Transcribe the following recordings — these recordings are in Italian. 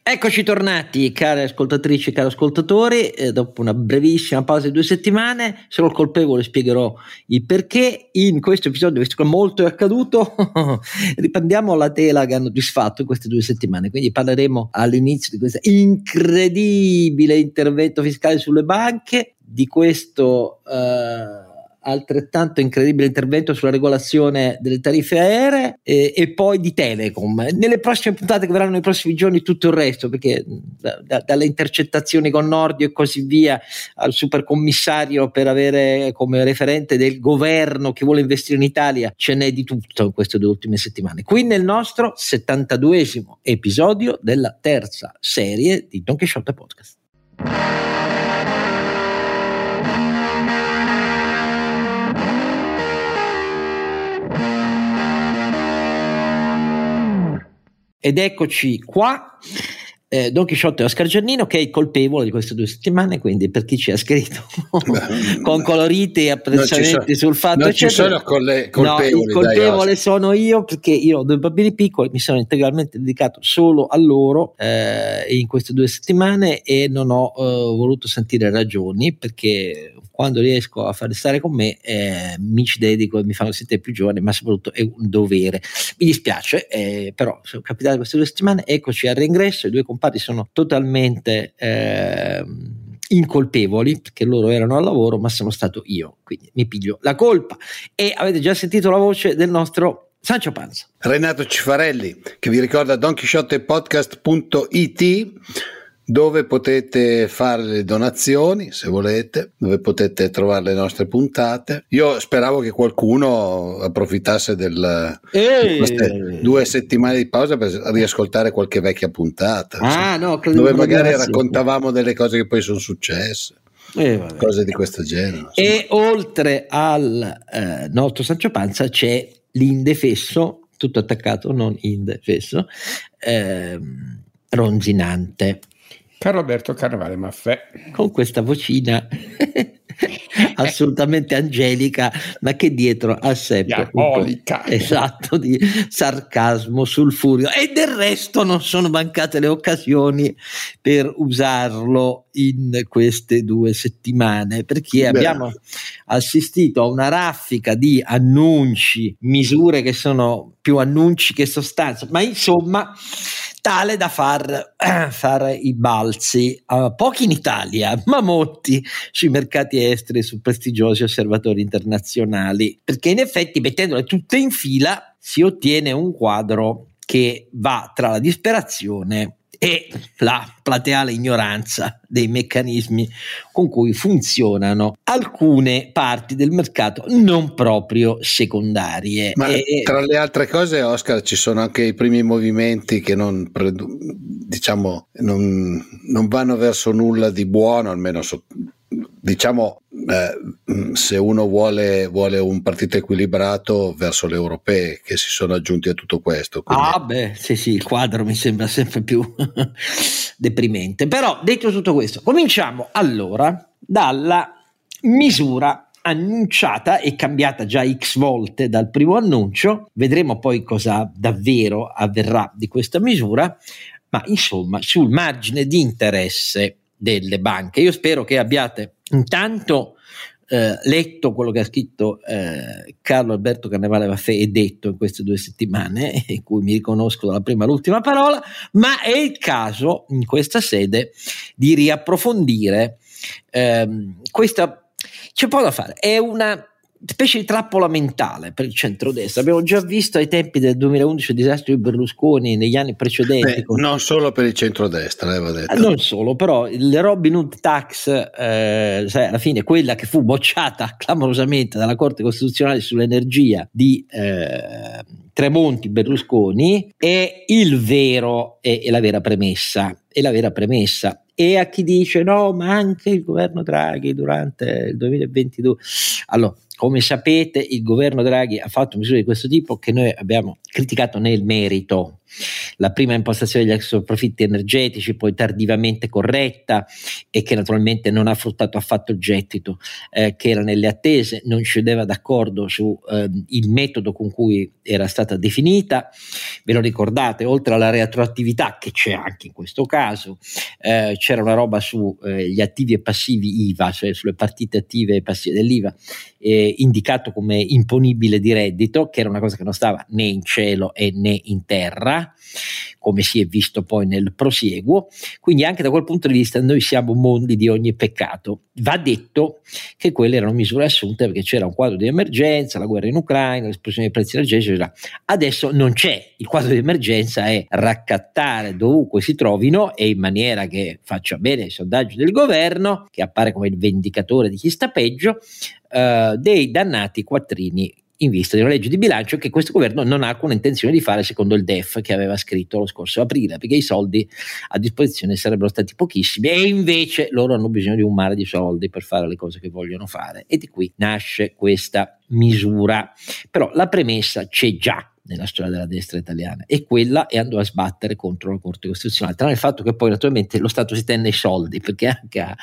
Eccoci tornati, care ascoltatrici e cari ascoltatori, dopo una brevissima pausa di 2 settimane. Sarò il colpevole, spiegherò il perché. In questo episodio, visto che molto è accaduto, riprendiamo la tela che hanno disfatto in queste 2 settimane, quindi parleremo all'inizio di questo incredibile intervento fiscale sulle banche, di questo altrettanto incredibile intervento sulla regolazione delle tariffe aeree e poi di Telecom. Nelle prossime puntate che verranno nei prossimi giorni tutto il resto, perché dalle intercettazioni con Nordio e così via al supercommissario per avere come referente del governo che vuole investire in Italia, ce n'è di tutto in queste 2 ultime settimane. Qui nel nostro 72esimo episodio della terza serie di Don Chisciotte Podcast. Ed eccoci qua, Don Chisciotte e Oscar Giannino, che è il colpevole di queste 2 settimane, quindi per chi ci ha scritto con coloriti e apprezzamenti sul fatto non eccetera, ci sono colpevoli. No, il colpevole sono io, perché io ho 2 bambini piccoli, mi sono integralmente dedicato solo a loro in queste 2 settimane e non ho voluto sentire ragioni, perché quando riesco a fare stare con me mi ci dedico e mi fanno sentire più giovane, ma soprattutto è un dovere. Mi dispiace, però sono capitate queste 2 settimane, eccoci al reingresso. I 2 compari sono totalmente incolpevoli, perché loro erano al lavoro, ma sono stato io, quindi mi piglio la colpa. E avete già sentito la voce del nostro Sancio Panza, Renato Cifarelli, che vi ricorda donchisciottepodcast.it, dove potete fare le donazioni se volete, dove potete trovare le nostre puntate. Io speravo che qualcuno approfittasse di queste 2 settimane di pausa per riascoltare qualche vecchia puntata, dove magari raccontavamo delle cose che poi sono successe, cose di questo genere. E oltre al nostro Sancio Panza c'è l'indefesso, tutto attaccato, non indefesso, ronzinante Carlo Alberto Carnevale Maffè, con questa vocina assolutamente angelica, ma che dietro ha sempre esatto di sarcasmo, sulfurio, e del resto non sono mancate le occasioni per usarlo in queste 2 settimane, perché abbiamo assistito a una raffica di annunci, misure che sono più annunci che sostanza, ma insomma tale da far i balzi, pochi in Italia, ma molti sui mercati esteri, su prestigiosi osservatori internazionali, perché in effetti, mettendole tutte in fila, si ottiene un quadro che va tra la disperazione e la plateale ignoranza dei meccanismi con cui funzionano alcune parti del mercato non proprio secondarie. Ma tra le altre cose, Oscar, ci sono anche i primi movimenti che non vanno verso nulla di buono, almeno se uno vuole un partito equilibrato, verso le europee, che si sono aggiunti a tutto questo. Quindi... sì, il quadro mi sembra sempre più deprimente. Però detto tutto questo, cominciamo allora dalla misura annunciata e cambiata già X volte dal primo annuncio. Vedremo poi cosa davvero avverrà di questa misura, ma insomma sul margine di interesse delle banche. Io spero che abbiate intanto letto quello che ha scritto Carlo Alberto Carnevale Maffè e detto in queste 2 settimane, in cui mi riconosco dalla prima all'ultima parola, ma è il caso in questa sede di riapprofondire questa. C'è poco da fare, è una specie di trappola mentale per il centrodestra. Abbiamo già visto ai tempi del 2011 il disastro di Berlusconi, negli anni precedenti. Non solo per il centrodestra, va detto. Non solo, però il Robin Hood tax, alla fine quella che fu bocciata clamorosamente dalla Corte Costituzionale sull'energia di Tremonti Berlusconi è il vero e la vera premessa. E a chi dice no, ma anche il governo Draghi durante il 2022, allora, come sapete, il governo Draghi ha fatto misure di questo tipo che noi abbiamo criticato nel merito. la prima impostazione degli extraprofitti energetici, poi tardivamente corretta e che naturalmente non ha fruttato affatto il gettito che era nelle attese, non scendeva d'accordo su il metodo con cui era stata definita. Ve lo ricordate, oltre alla retroattività che c'è anche in questo caso, c'era una roba su gli attivi e passivi IVA, cioè sulle partite attive e passive dell'IVA, indicato come imponibile di reddito, che era una cosa che non stava né in cielo né in terra, come si è visto poi nel prosieguo. Quindi anche da quel punto di vista noi siamo mondi di ogni peccato. Va detto che quelle erano misure assunte perché c'era un quadro di emergenza, la guerra in Ucraina, l'esplosione dei prezzi energetici. Adesso non c'è, il quadro di emergenza è raccattare dovunque si trovino, e in maniera che faccia bene ai sondaggi del governo, che appare come il vendicatore di chi sta peggio, dei dannati quattrini in vista di una legge di bilancio che questo governo non ha alcuna intenzione di fare, secondo il DEF che aveva scritto lo scorso aprile, perché i soldi a disposizione sarebbero stati pochissimi e invece loro hanno bisogno di un mare di soldi per fare le cose che vogliono fare, e di qui nasce questa misura. Però la premessa c'è già nella storia della destra italiana, e quella è andò a sbattere contro la Corte Costituzionale, tranne il fatto che poi naturalmente lo Stato si tenne i soldi, perché anche a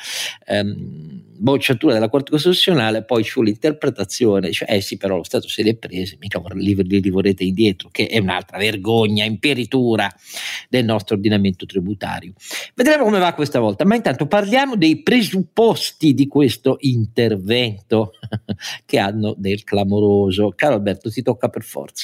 bocciatura della Corte Costituzionale poi sull'interpretazione, cioè sì, però lo Stato se li è presi, mica li vorrete indietro, che è un'altra vergogna, imperitura del nostro ordinamento tributario. Vedremo come va questa volta, ma intanto parliamo dei presupposti di questo intervento che hanno del clamoroso. Caro Alberto, ti tocca per forza.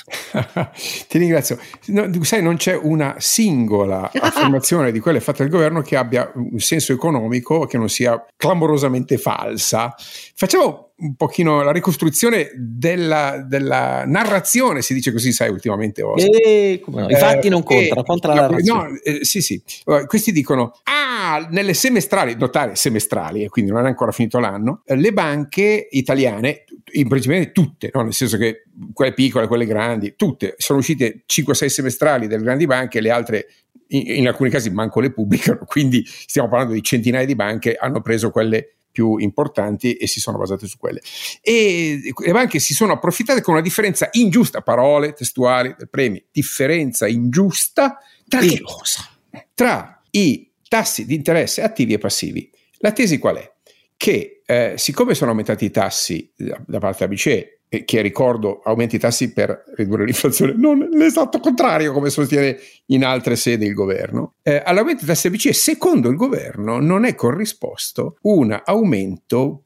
Ti ringrazio. No, sai, non c'è una singola affermazione di quelle fatte dal governo che abbia un senso economico, che non sia clamorosamente falsa. Facciamo un pochino la ricostruzione della narrazione, si dice così, sai, ultimamente. I fatti non contano, contra la narrazione. Sì. Questi dicono, nelle semestrali, notare semestrali, e quindi non è ancora finito l'anno, le banche italiane, in principio tutte, no? Nel senso che quelle piccole, quelle grandi, tutte, sono uscite 5-6 semestrali delle grandi banche, le altre in alcuni casi manco le pubblicano, quindi stiamo parlando di centinaia di banche, hanno preso quelle più importanti e si sono basate su quelle, e le banche si sono approfittate con una differenza ingiusta, parole testuali del premio, differenza ingiusta tra che cosa? Tra i tassi di interesse attivi e passivi. La tesi qual è? Che siccome sono aumentati i tassi da parte della BCE, che ricordo aumenti i tassi per ridurre l'inflazione, non l'esatto contrario come sostiene in altre sedi il governo, all'aumento dei tassi della BCE secondo il governo non è corrisposto un aumento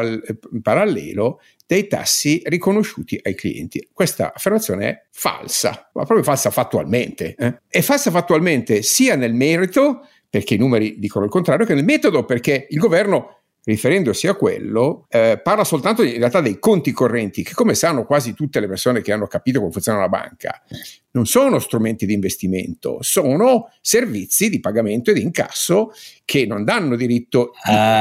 parallelo dei tassi riconosciuti ai clienti. Questa affermazione è falsa, ma proprio falsa fattualmente. È falsa fattualmente sia nel merito, perché i numeri dicono il contrario, che nel metodo, perché il governo, riferendosi a quello, parla soltanto in realtà dei conti correnti, che, come sanno quasi tutte le persone che hanno capito come funziona la banca, non sono strumenti di investimento, sono servizi di pagamento e di incasso che non danno diritto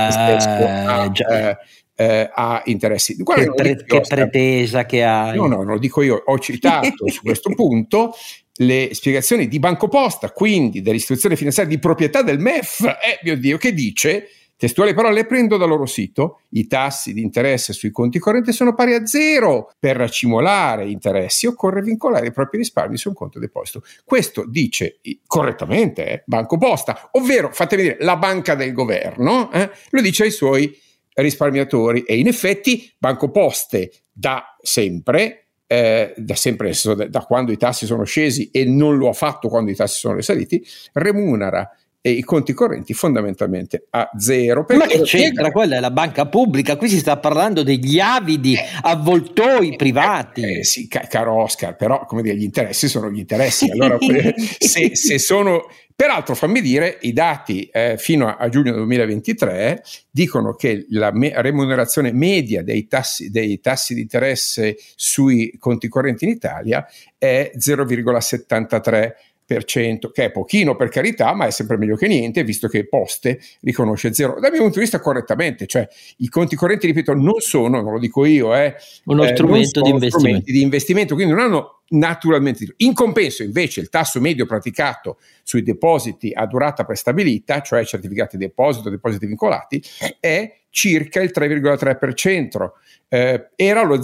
a interessi. Che pretesa che hai. No, non lo dico io, ho citato su questo punto le spiegazioni di BancoPosta, quindi dell'istituzione finanziaria di proprietà del MEF, mio Dio, che dice, testuali parole, le prendo dal loro sito, i tassi di interesse sui conti correnti sono pari a 0, per racimolare interessi occorre vincolare i propri risparmi su un conto deposito. Questo dice correttamente BancoPosta, ovvero, fatemi dire, la banca del governo, lo dice ai suoi risparmiatori, e in effetti BancoPoste da sempre, da quando i tassi sono scesi, e non lo ha fatto quando i tassi sono risaliti, remunera i conti correnti fondamentalmente a 0. Ma che c'entra? Quella è la banca pubblica, qui si sta parlando degli avidi avvoltoi privati. Sì, caro Oscar, però come dire, gli interessi sono gli interessi. Allora, se sono, peraltro, fammi dire, i dati fino a giugno 2023 dicono che la remunerazione media dei tassi di interesse sui conti correnti in Italia è 0,73%, che è pochino, per carità, ma è sempre meglio che niente, visto che Poste riconosce 0 dal mio punto di vista correttamente. Cioè, i conti correnti, ripeto, non lo dico io, uno strumento di investimento, quindi non hanno naturalmente. In compenso, invece, il tasso medio praticato sui depositi a durata prestabilita, cioè certificati di deposito, depositi vincolati, è circa il 3,3%. Era lo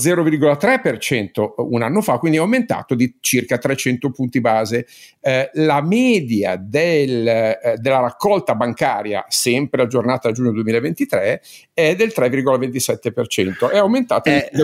0,3% un anno fa, quindi è aumentato di circa 300 punti base. La media della raccolta bancaria, sempre aggiornata a giugno 2023, è del 3,27%, è aumentato di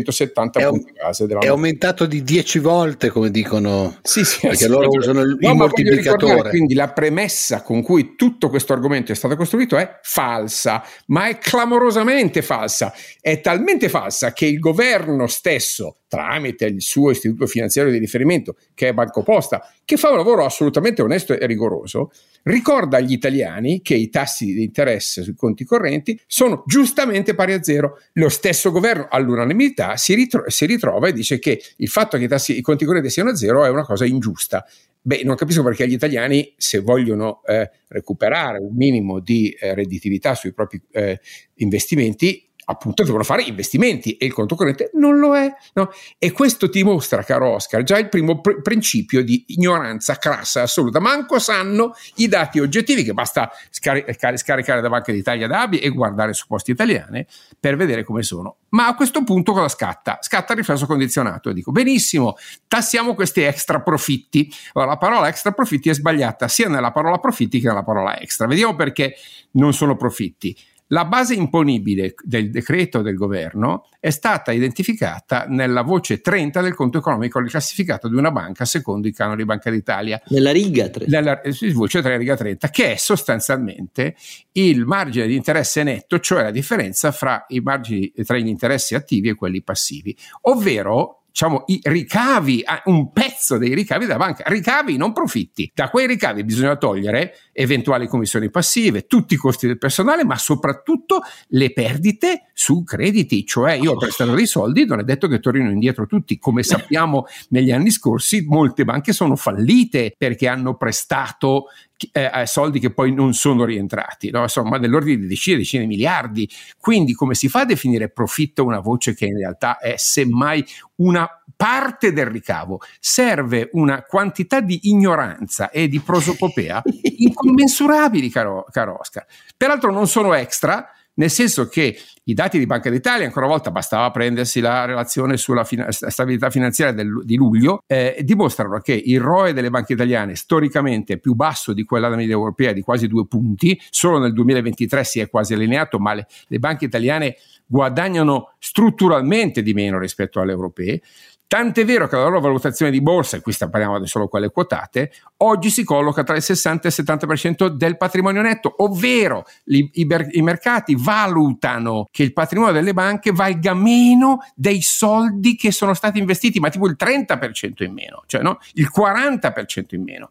270 punti base. È aumentato di 10 volte, come dicono, sì, perché loro usano il moltiplicatore. Quindi la premessa con cui tutto questo argomento è stato costruito è falsa, ma è clamorosamente falsa, è talmente falsa che il governo stesso, tramite il suo istituto finanziario di riferimento, che è BancoPosta, che fa un lavoro assolutamente onesto e rigoroso, ricorda agli italiani che i tassi di interesse sui conti correnti sono giustamente pari a zero. Lo stesso governo all'unanimità si ritrova e dice che il fatto che i conti correnti siano a zero è una cosa ingiusta. Beh, non capisco perché gli italiani, se vogliono recuperare un minimo di redditività sui propri investimenti, appunto devono fare investimenti, e il conto corrente non lo è, no? E questo ti mostra, caro Oscar, già il primo principio di ignoranza crassa assoluta. Manco sanno i dati oggettivi, che basta scaricare da Banca d'Italia da ABI e guardare su Poste Italiane per vedere come sono. Ma a questo punto cosa scatta? Scatta il riflesso condizionato, e dico benissimo, tassiamo questi extra profitti. Allora, la parola extra profitti è sbagliata sia nella parola profitti che nella parola extra. Vediamo perché non sono profitti. La base imponibile del decreto del governo è stata identificata nella voce 30 del conto economico riclassificato di una banca secondo i canoni di Banca d'Italia. Nella riga 30. Nella voce 3, riga 30, che è sostanzialmente il margine di interesse netto, cioè la differenza fra i margini tra gli interessi attivi e quelli passivi, ovvero diciamo i ricavi, un pezzo dei ricavi della banca, ricavi non profitti. Da quei ricavi bisogna togliere eventuali commissioni passive, tutti i costi del personale, ma soprattutto le perdite su crediti. Cioè, io ho prestato dei soldi, non è detto che tornino indietro tutti. Come sappiamo, negli anni scorsi molte banche sono fallite perché hanno prestato soldi che poi non sono rientrati, no? Insomma, nell'ordine di decine di miliardi. Quindi come si fa a definire profitto una voce che in realtà è semmai una parte del ricavo? Serve una quantità di ignoranza e di prosopopea incommensurabili, caro Oscar. Peraltro non sono extra, nel senso che i dati di Banca d'Italia, ancora una volta bastava prendersi la relazione sulla stabilità finanziaria di luglio, dimostrano che il ROE delle banche italiane storicamente è più basso di quella della media europea di quasi 2 punti, solo nel 2023 si è quasi allineato, ma le banche italiane guadagnano strutturalmente di meno rispetto alle europee. Tant'è vero che la loro valutazione di borsa, e qui parliamo di solo quelle quotate, oggi si colloca tra il 60 e il 70% del patrimonio netto, ovvero i mercati valutano che il patrimonio delle banche valga meno dei soldi che sono stati investiti, ma tipo il 30% in meno, cioè no? Il 40% in meno.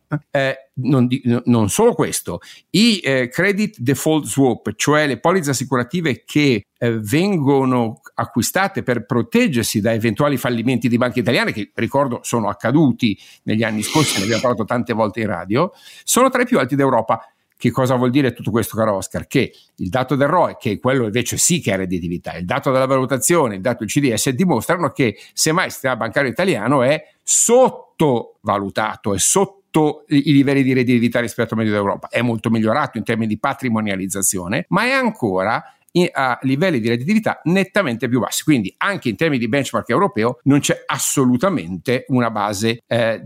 Non solo questo, i credit default swap, cioè le polizze assicurative che vengono acquistate per proteggersi da eventuali fallimenti di banche italiane, che ricordo sono accaduti negli anni scorsi, ne abbiamo parlato tante volte in radio, sono tra i più alti d'Europa. Che cosa vuol dire tutto questo, caro Oscar? Che il dato del ROE, che è quello invece sì che è redditività, il dato della valutazione, il dato del CDS dimostrano che semmai il sistema bancario italiano è sottovalutato, è sotto i livelli di redditività rispetto al medio d'Europa. È molto migliorato in termini di patrimonializzazione, ma è ancora a livelli di redditività nettamente più bassi. Quindi anche in termini di benchmark europeo non c'è assolutamente una base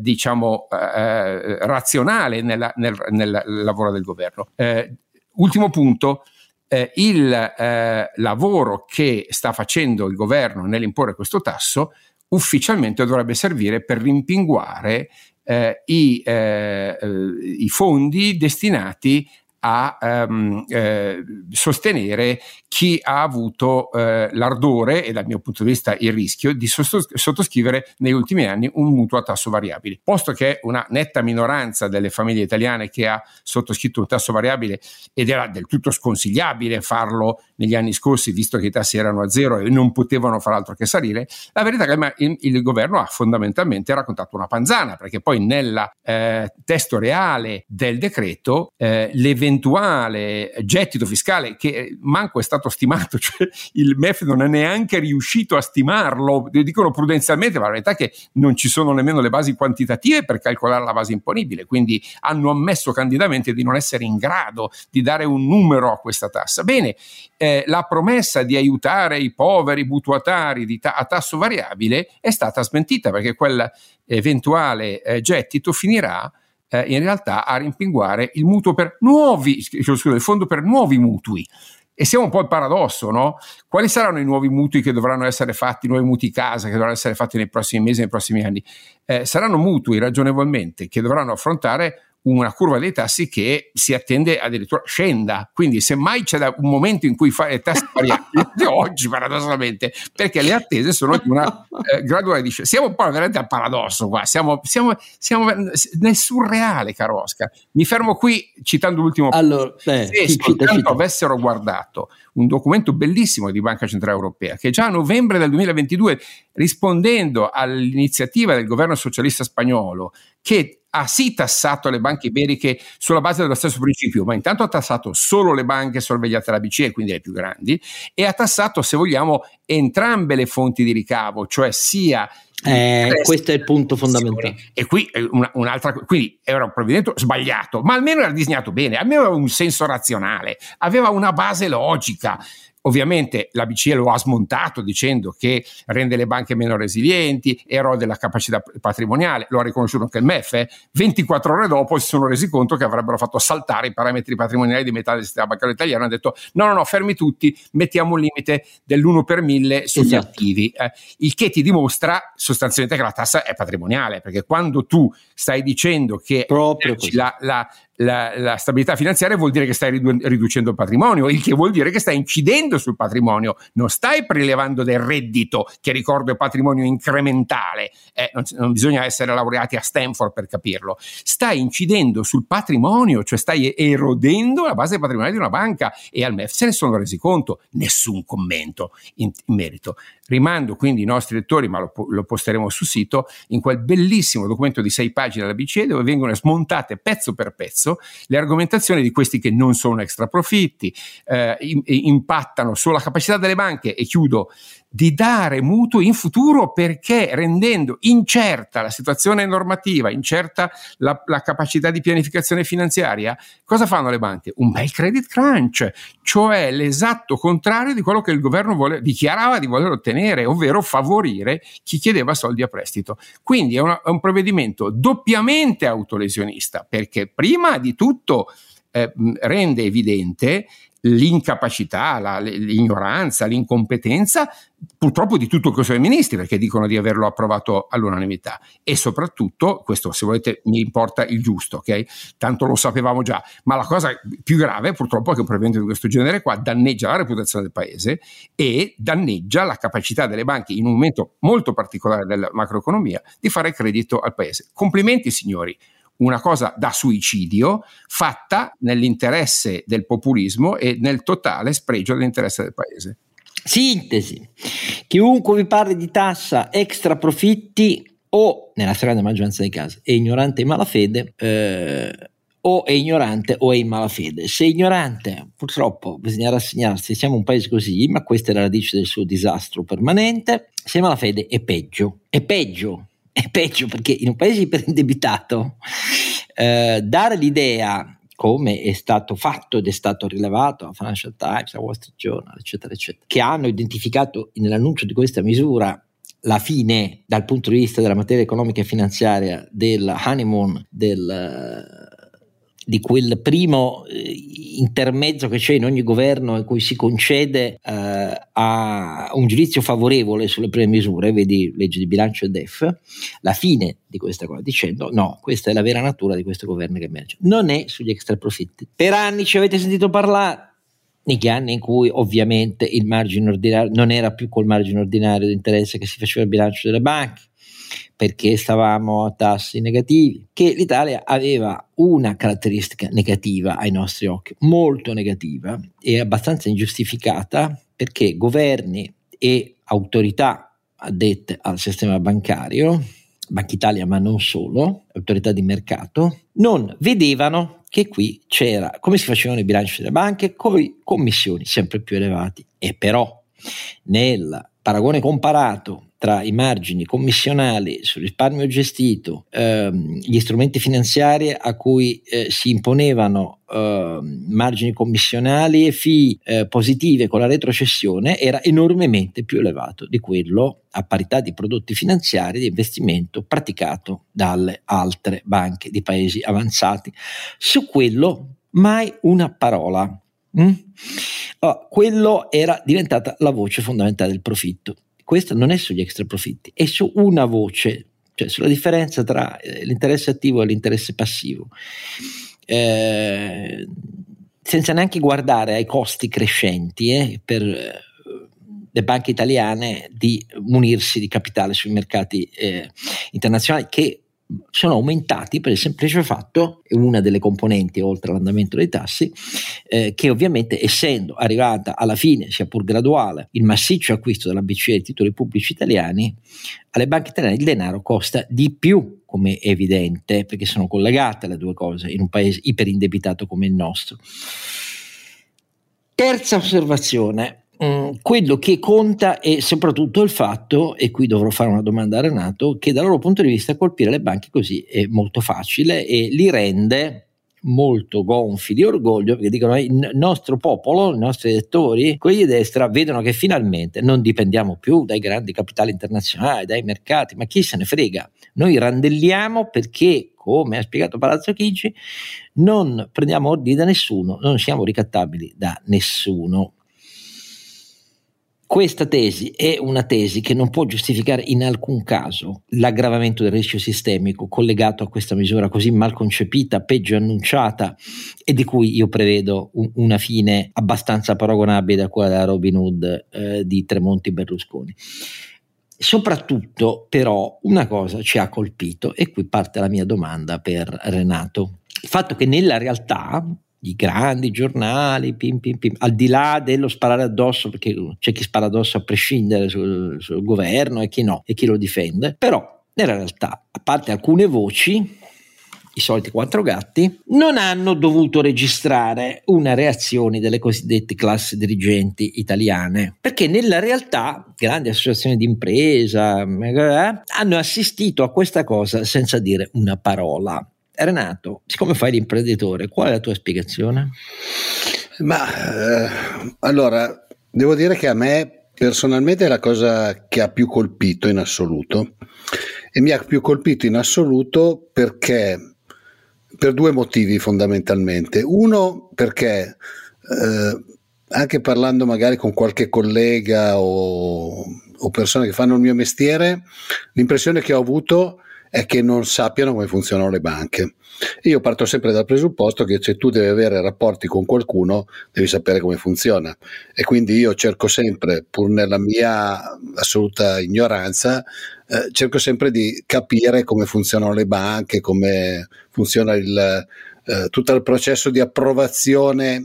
razionale nel lavoro del governo. Ultimo punto, il lavoro che sta facendo il governo nell'imporre questo tasso ufficialmente dovrebbe servire per rimpinguare i fondi destinati a sostenere chi ha avuto l'ardore e dal mio punto di vista il rischio di sottoscrivere negli ultimi anni un mutuo a tasso variabile. Posto che è una netta minoranza delle famiglie italiane che ha sottoscritto un tasso variabile, ed era del tutto sconsigliabile farlo negli anni scorsi visto che i tassi erano a zero e non potevano far altro che salire, la verità è che il governo ha fondamentalmente raccontato una panzana, perché poi nel testo reale del decreto l'eventuale l'eventuale gettito fiscale che manco è stato stimato, cioè il MEF non è neanche riuscito a stimarlo, dicono prudenzialmente, ma la verità è che non ci sono nemmeno le basi quantitative per calcolare la base imponibile, quindi hanno ammesso candidamente di non essere in grado di dare un numero a questa tassa. Bene, la promessa di aiutare i poveri mutuatari a tasso variabile è stata smentita, perché quell'eventuale gettito finirà in realtà a rimpinguare il mutuo per il fondo per nuovi mutui. E siamo un po' il paradosso, no? Quali saranno i nuovi mutui che dovranno essere fatti, i nuovi mutui casa che dovranno essere fatti nei prossimi mesi, nei prossimi anni? Saranno mutui ragionevolmente che dovranno affrontare una curva dei tassi che si attende addirittura scenda, quindi semmai c'è un momento in cui fare tassi variabili oggi paradossalmente, perché le attese sono di una graduale discesa. Siamo un po' veramente al paradosso qua, siamo nel surreale, caro Oscar. Mi fermo qui citando l'ultimo punto. Se soltanto avessero guardato un documento bellissimo di Banca Centrale Europea che già a novembre del 2022, rispondendo all'iniziativa del governo socialista spagnolo, che ha sì tassato le banche iberiche sulla base dello stesso principio, ma intanto ha tassato solo le banche sorvegliate dalla BCE, quindi le più grandi, e ha tassato, se vogliamo, entrambe le fonti di ricavo, cioè sia questo è il punto fondamentale. E qui un'altra, quindi era un provvedimento sbagliato, ma almeno era disegnato bene, almeno aveva un senso razionale, aveva una base logica. Ovviamente la BCE lo ha smontato dicendo che rende le banche meno resilienti, erode la capacità patrimoniale, lo ha riconosciuto anche il MEF. 24 ore dopo si sono resi conto che avrebbero fatto saltare i parametri patrimoniali di metà del sistema bancario italiano, hanno detto no, fermi tutti, mettiamo un limite dell'1 per 1000 sugli attivi, il che ti dimostra sostanzialmente che la tassa è patrimoniale, perché quando tu stai dicendo che la stabilità finanziaria vuol dire che stai riducendo il patrimonio, il che vuol dire che stai incidendo sul patrimonio, non stai prelevando del reddito, che ricordo è patrimonio incrementale, non bisogna essere laureati a Stanford per capirlo, stai incidendo sul patrimonio, cioè stai erodendo la base patrimoniale di una banca, e al MEF se ne sono resi conto, nessun commento in merito. Rimando quindi i nostri lettori, ma lo posteremo sul sito, in quel bellissimo documento di 6 pagine della BCE, dove vengono smontate pezzo per pezzo le argomentazioni di questi che non sono extra profitti, impattano sulla capacità delle banche, e chiudo, di dare mutui in futuro, perché rendendo incerta la situazione normativa, incerta la capacità di pianificazione finanziaria, cosa fanno le banche? Un bel credit crunch, cioè l'esatto contrario di quello che il governo dichiarava di voler ottenere, ovvero favorire chi chiedeva soldi a prestito. Quindi è un provvedimento doppiamente autolesionista, perché prima di tutto rende evidente l'incapacità, l'ignoranza, l'incompetenza purtroppo di tutto il Consiglio dei Ministri, perché dicono di averlo approvato all'unanimità, e soprattutto, questo se volete mi importa il giusto, ok? Tanto lo sapevamo già, ma la cosa più grave purtroppo è che un provvedimento di questo genere qua danneggia la reputazione del paese e danneggia la capacità delle banche, in un momento molto particolare della macroeconomia, di fare credito al paese. Complimenti signori, una cosa da suicidio fatta nell'interesse del populismo e nel totale spregio dell'interesse del paese. Sintesi: chiunque vi parli di tassa, extra profitti, o nella stragrande maggioranza dei casi è ignorante e in malafede, o è ignorante o è in malafede. Se è ignorante, purtroppo bisogna rassegnarsi, siamo un paese così, ma questa è la radice del suo disastro permanente. Se è in malafede è peggio perché in un paese iperindebitato dare l'idea, come è stato fatto ed è stato rilevato a Financial Times, a Wall Street Journal, eccetera eccetera, che hanno identificato nell'annuncio di questa misura la fine dal punto di vista della materia economica e finanziaria del honeymoon, di quel primo intermezzo che c'è in ogni governo in cui si concede a un giudizio favorevole sulle prime misure, vedi legge di bilancio e DEF, la fine di questa cosa, dicendo no, questa è la vera natura di questo governo che emerge, non è sugli extra profitti. Per anni ci avete sentito parlare, negli anni in cui ovviamente il margine ordinario non era più col margine ordinario di interesse che si faceva il bilancio delle banche, perché stavamo a tassi negativi, che l'Italia aveva una caratteristica negativa ai nostri occhi, molto negativa e abbastanza ingiustificata, perché governi e autorità addette al sistema bancario, Banca Italia ma non solo, autorità di mercato, non vedevano che qui c'era, come si facevano i bilanci delle banche, con commissioni sempre più elevati, e però nel paragone comparato tra i margini commissionali sul risparmio gestito, gli strumenti finanziari a cui si imponevano margini commissionali e fee positive con la retrocessione, era enormemente più elevato di quello a parità di prodotti finanziari di investimento praticato dalle altre banche di paesi avanzati. Su quello mai una parola. Quello era diventata la voce fondamentale del profitto. Questo non è sugli extra profitti, è su una voce, cioè sulla differenza tra l'interesse attivo e l'interesse passivo, senza neanche guardare ai costi crescenti per le banche italiane di munirsi di capitale sui mercati internazionali, che sono aumentati per il semplice fatto, è una delle componenti oltre all'andamento dei tassi, che ovviamente, essendo arrivata alla fine, sia pur graduale, il massiccio acquisto della BCE di titoli pubblici italiani, alle banche italiane il denaro costa di più, come è evidente, perché sono collegate le due cose in un paese iperindebitato come il nostro. Terza osservazione. Quello che conta è soprattutto il fatto, e qui dovrò fare una domanda a Renato, che dal loro punto di vista colpire le banche così è molto facile e li rende molto gonfi di orgoglio, perché dicono il nostro popolo, i nostri elettori, quelli di destra, vedono che finalmente non dipendiamo più dai grandi capitali internazionali, dai mercati, ma chi se ne frega, noi randelliamo perché, come ha spiegato Palazzo Chigi, non prendiamo ordini da nessuno, non siamo ricattabili da nessuno. Questa tesi è una tesi che non può giustificare in alcun caso l'aggravamento del rischio sistemico collegato a questa misura così mal concepita, peggio annunciata, e di cui io prevedo una fine abbastanza paragonabile a quella della Robin Hood di Tremonti Berlusconi. Soprattutto però una cosa ci ha colpito, e qui parte la mia domanda per Renato: il fatto che nella realtà i grandi giornali, al di là dello sparare addosso, perché c'è chi spara addosso a prescindere sul governo e chi no, e chi lo difende, però nella realtà, a parte alcune voci, i soliti quattro gatti, non hanno dovuto registrare una reazione delle cosiddette classi dirigenti italiane, perché nella realtà grandi associazioni di impresa hanno assistito a questa cosa senza dire una parola. Renato, siccome fai l'imprenditore, qual è la tua spiegazione? Allora, devo dire che a me personalmente è la cosa che ha più colpito in assoluto, e mi ha più colpito in assoluto perché per due motivi fondamentalmente. Uno, perché anche parlando magari con qualche collega o persone che fanno il mio mestiere, l'impressione che ho avuto è che non sappiano come funzionano le banche. Io parto sempre dal presupposto che se tu devi avere rapporti con qualcuno devi sapere come funziona, e quindi io cerco sempre, pur nella mia assoluta ignoranza, cerco sempre di capire come funzionano le banche, come funziona tutto il processo di approvazione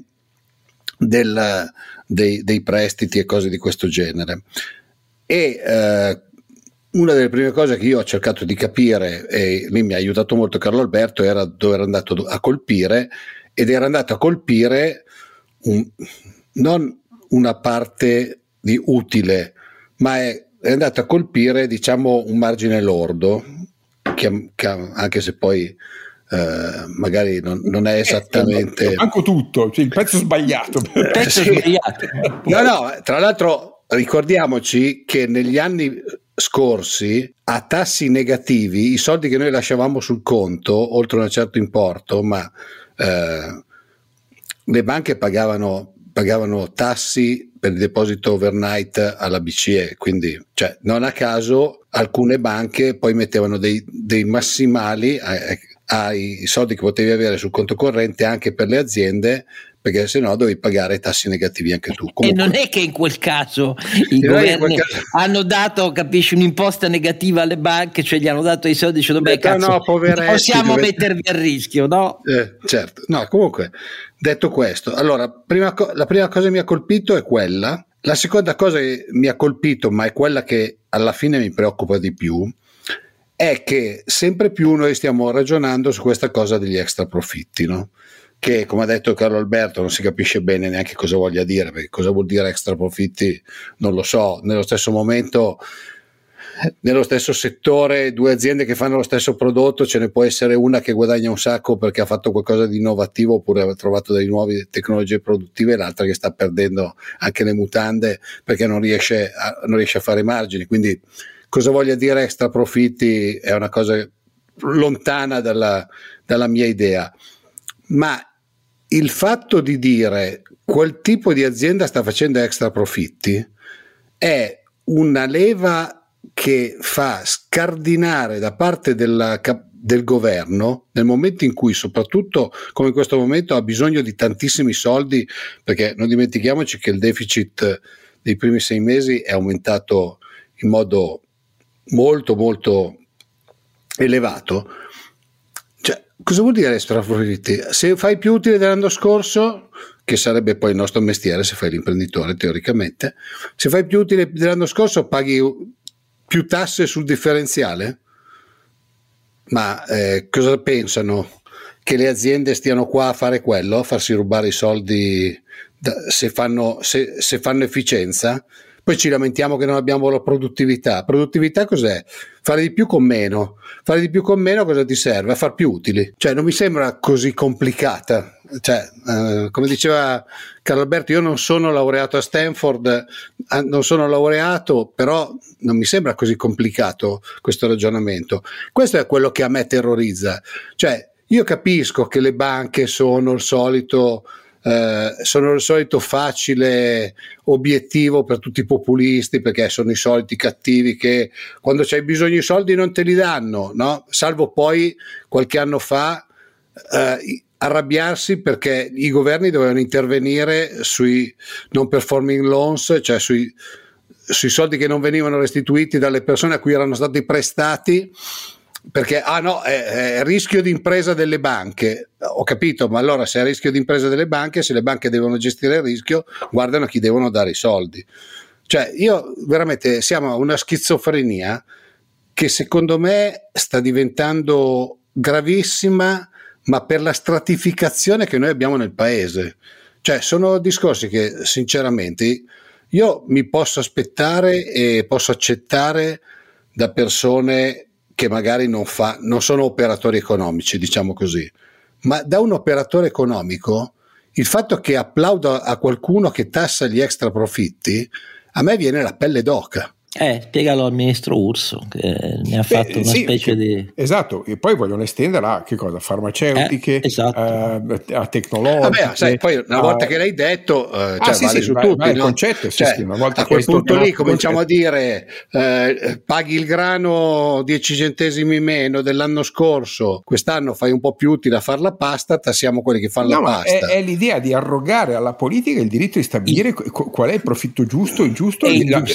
dei prestiti e cose di questo genere. E una delle prime cose che io ho cercato di capire, e lì mi ha aiutato molto Carlo Alberto, era dove era andato a colpire, ed era andato a colpire non una parte di utile, ma è andato a colpire, diciamo, un margine lordo, che anche se poi magari non è esattamente manco tutto, cioè il pezzo sbagliato. No, tra l'altro ricordiamoci che negli anni scorsi, a tassi negativi, i soldi che noi lasciavamo sul conto, oltre un certo importo, ma le banche pagavano tassi per il deposito overnight alla BCE, quindi non a caso alcune banche poi mettevano dei massimali ai soldi che potevi avere sul conto corrente anche per le aziende, perché se no dovevi pagare tassi negativi anche tu. Comunque, e non è che in quel caso i governi hanno dato, capisci, un'imposta negativa alle banche, cioè gli hanno dato i soldi, cioè, possiamo mettervi a rischio, no? Certo, no, comunque, detto questo, allora la prima cosa che mi ha colpito è quella. La seconda cosa che mi ha colpito, ma è quella che alla fine mi preoccupa di più, è che sempre più noi stiamo ragionando su questa cosa degli extra profitti, no? Che, come ha detto Carlo Alberto, non si capisce bene neanche cosa voglia dire, perché cosa vuol dire extra profitti non lo so. Nello stesso momento, nello stesso settore, due aziende che fanno lo stesso prodotto, ce ne può essere una che guadagna un sacco perché ha fatto qualcosa di innovativo oppure ha trovato delle nuove tecnologie produttive, e l'altra che sta perdendo anche le mutande perché non riesce a fare margini. Quindi cosa voglia dire extra profitti è una cosa lontana dalla mia idea, ma il fatto di dire quel tipo di azienda sta facendo extra profitti è una leva che fa scardinare da parte del governo, nel momento in cui, soprattutto come in questo momento, ha bisogno di tantissimi soldi, perché non dimentichiamoci che il deficit dei primi 6 mesi è aumentato in modo molto molto elevato. Cosa vuol dire extra profitti? Se fai più utile dell'anno scorso, che sarebbe poi il nostro mestiere se fai l'imprenditore teoricamente, se fai più utile dell'anno scorso paghi più tasse sul differenziale? Ma cosa pensano? Che le aziende stiano qua a fare quello, a farsi rubare i soldi se fanno efficienza? Poi ci lamentiamo che non abbiamo la produttività. Produttività cos'è? Fare di più con meno. Fare di più con meno cosa ti serve? A far più utili. Cioè non mi sembra così complicata. Cioè, come diceva Carlo Alberto, io non sono laureato a Stanford, non sono laureato, però non mi sembra così complicato questo ragionamento. Questo è quello che a me terrorizza. Cioè, io capisco che le banche sono il solito facile obiettivo per tutti i populisti, perché sono i soliti cattivi che quando c'hai bisogno di soldi non te li danno, no? Salvo poi qualche anno fa arrabbiarsi perché i governi dovevano intervenire sui non performing loans, cioè sui soldi che non venivano restituiti dalle persone a cui erano stati prestati, perché è rischio di impresa delle banche. Ho capito, ma allora se è rischio di impresa delle banche, se le banche devono gestire il rischio, guardano a chi devono dare i soldi. Cioè, io veramente siamo a una schizofrenia che secondo me sta diventando gravissima, ma per la stratificazione che noi abbiamo nel paese. Cioè, sono discorsi che sinceramente io mi posso aspettare e posso accettare da persone che magari non sono operatori economici, diciamo così, ma da un operatore economico il fatto che applaudo a qualcuno che tassa gli extra profitti, a me viene la pelle d'oca. Spiegalo al ministro Urso, che ne ha fatto una specie di... Esatto, e poi vogliono estendere a che cosa? Farmaceutiche, esatto. A tecnologiche. Vabbè, sai, poi una volta che l'hai detto, vale su tutti. Il concetto, una volta a quel punto lì cominciamo a dire paghi il grano 10 centesimi meno dell'anno scorso, quest'anno fai un po' più utile a fare la pasta, tassiamo quelli che fanno la pasta. È l'idea di arrogare alla politica il diritto di stabilire qual è il profitto giusto, ingiusto,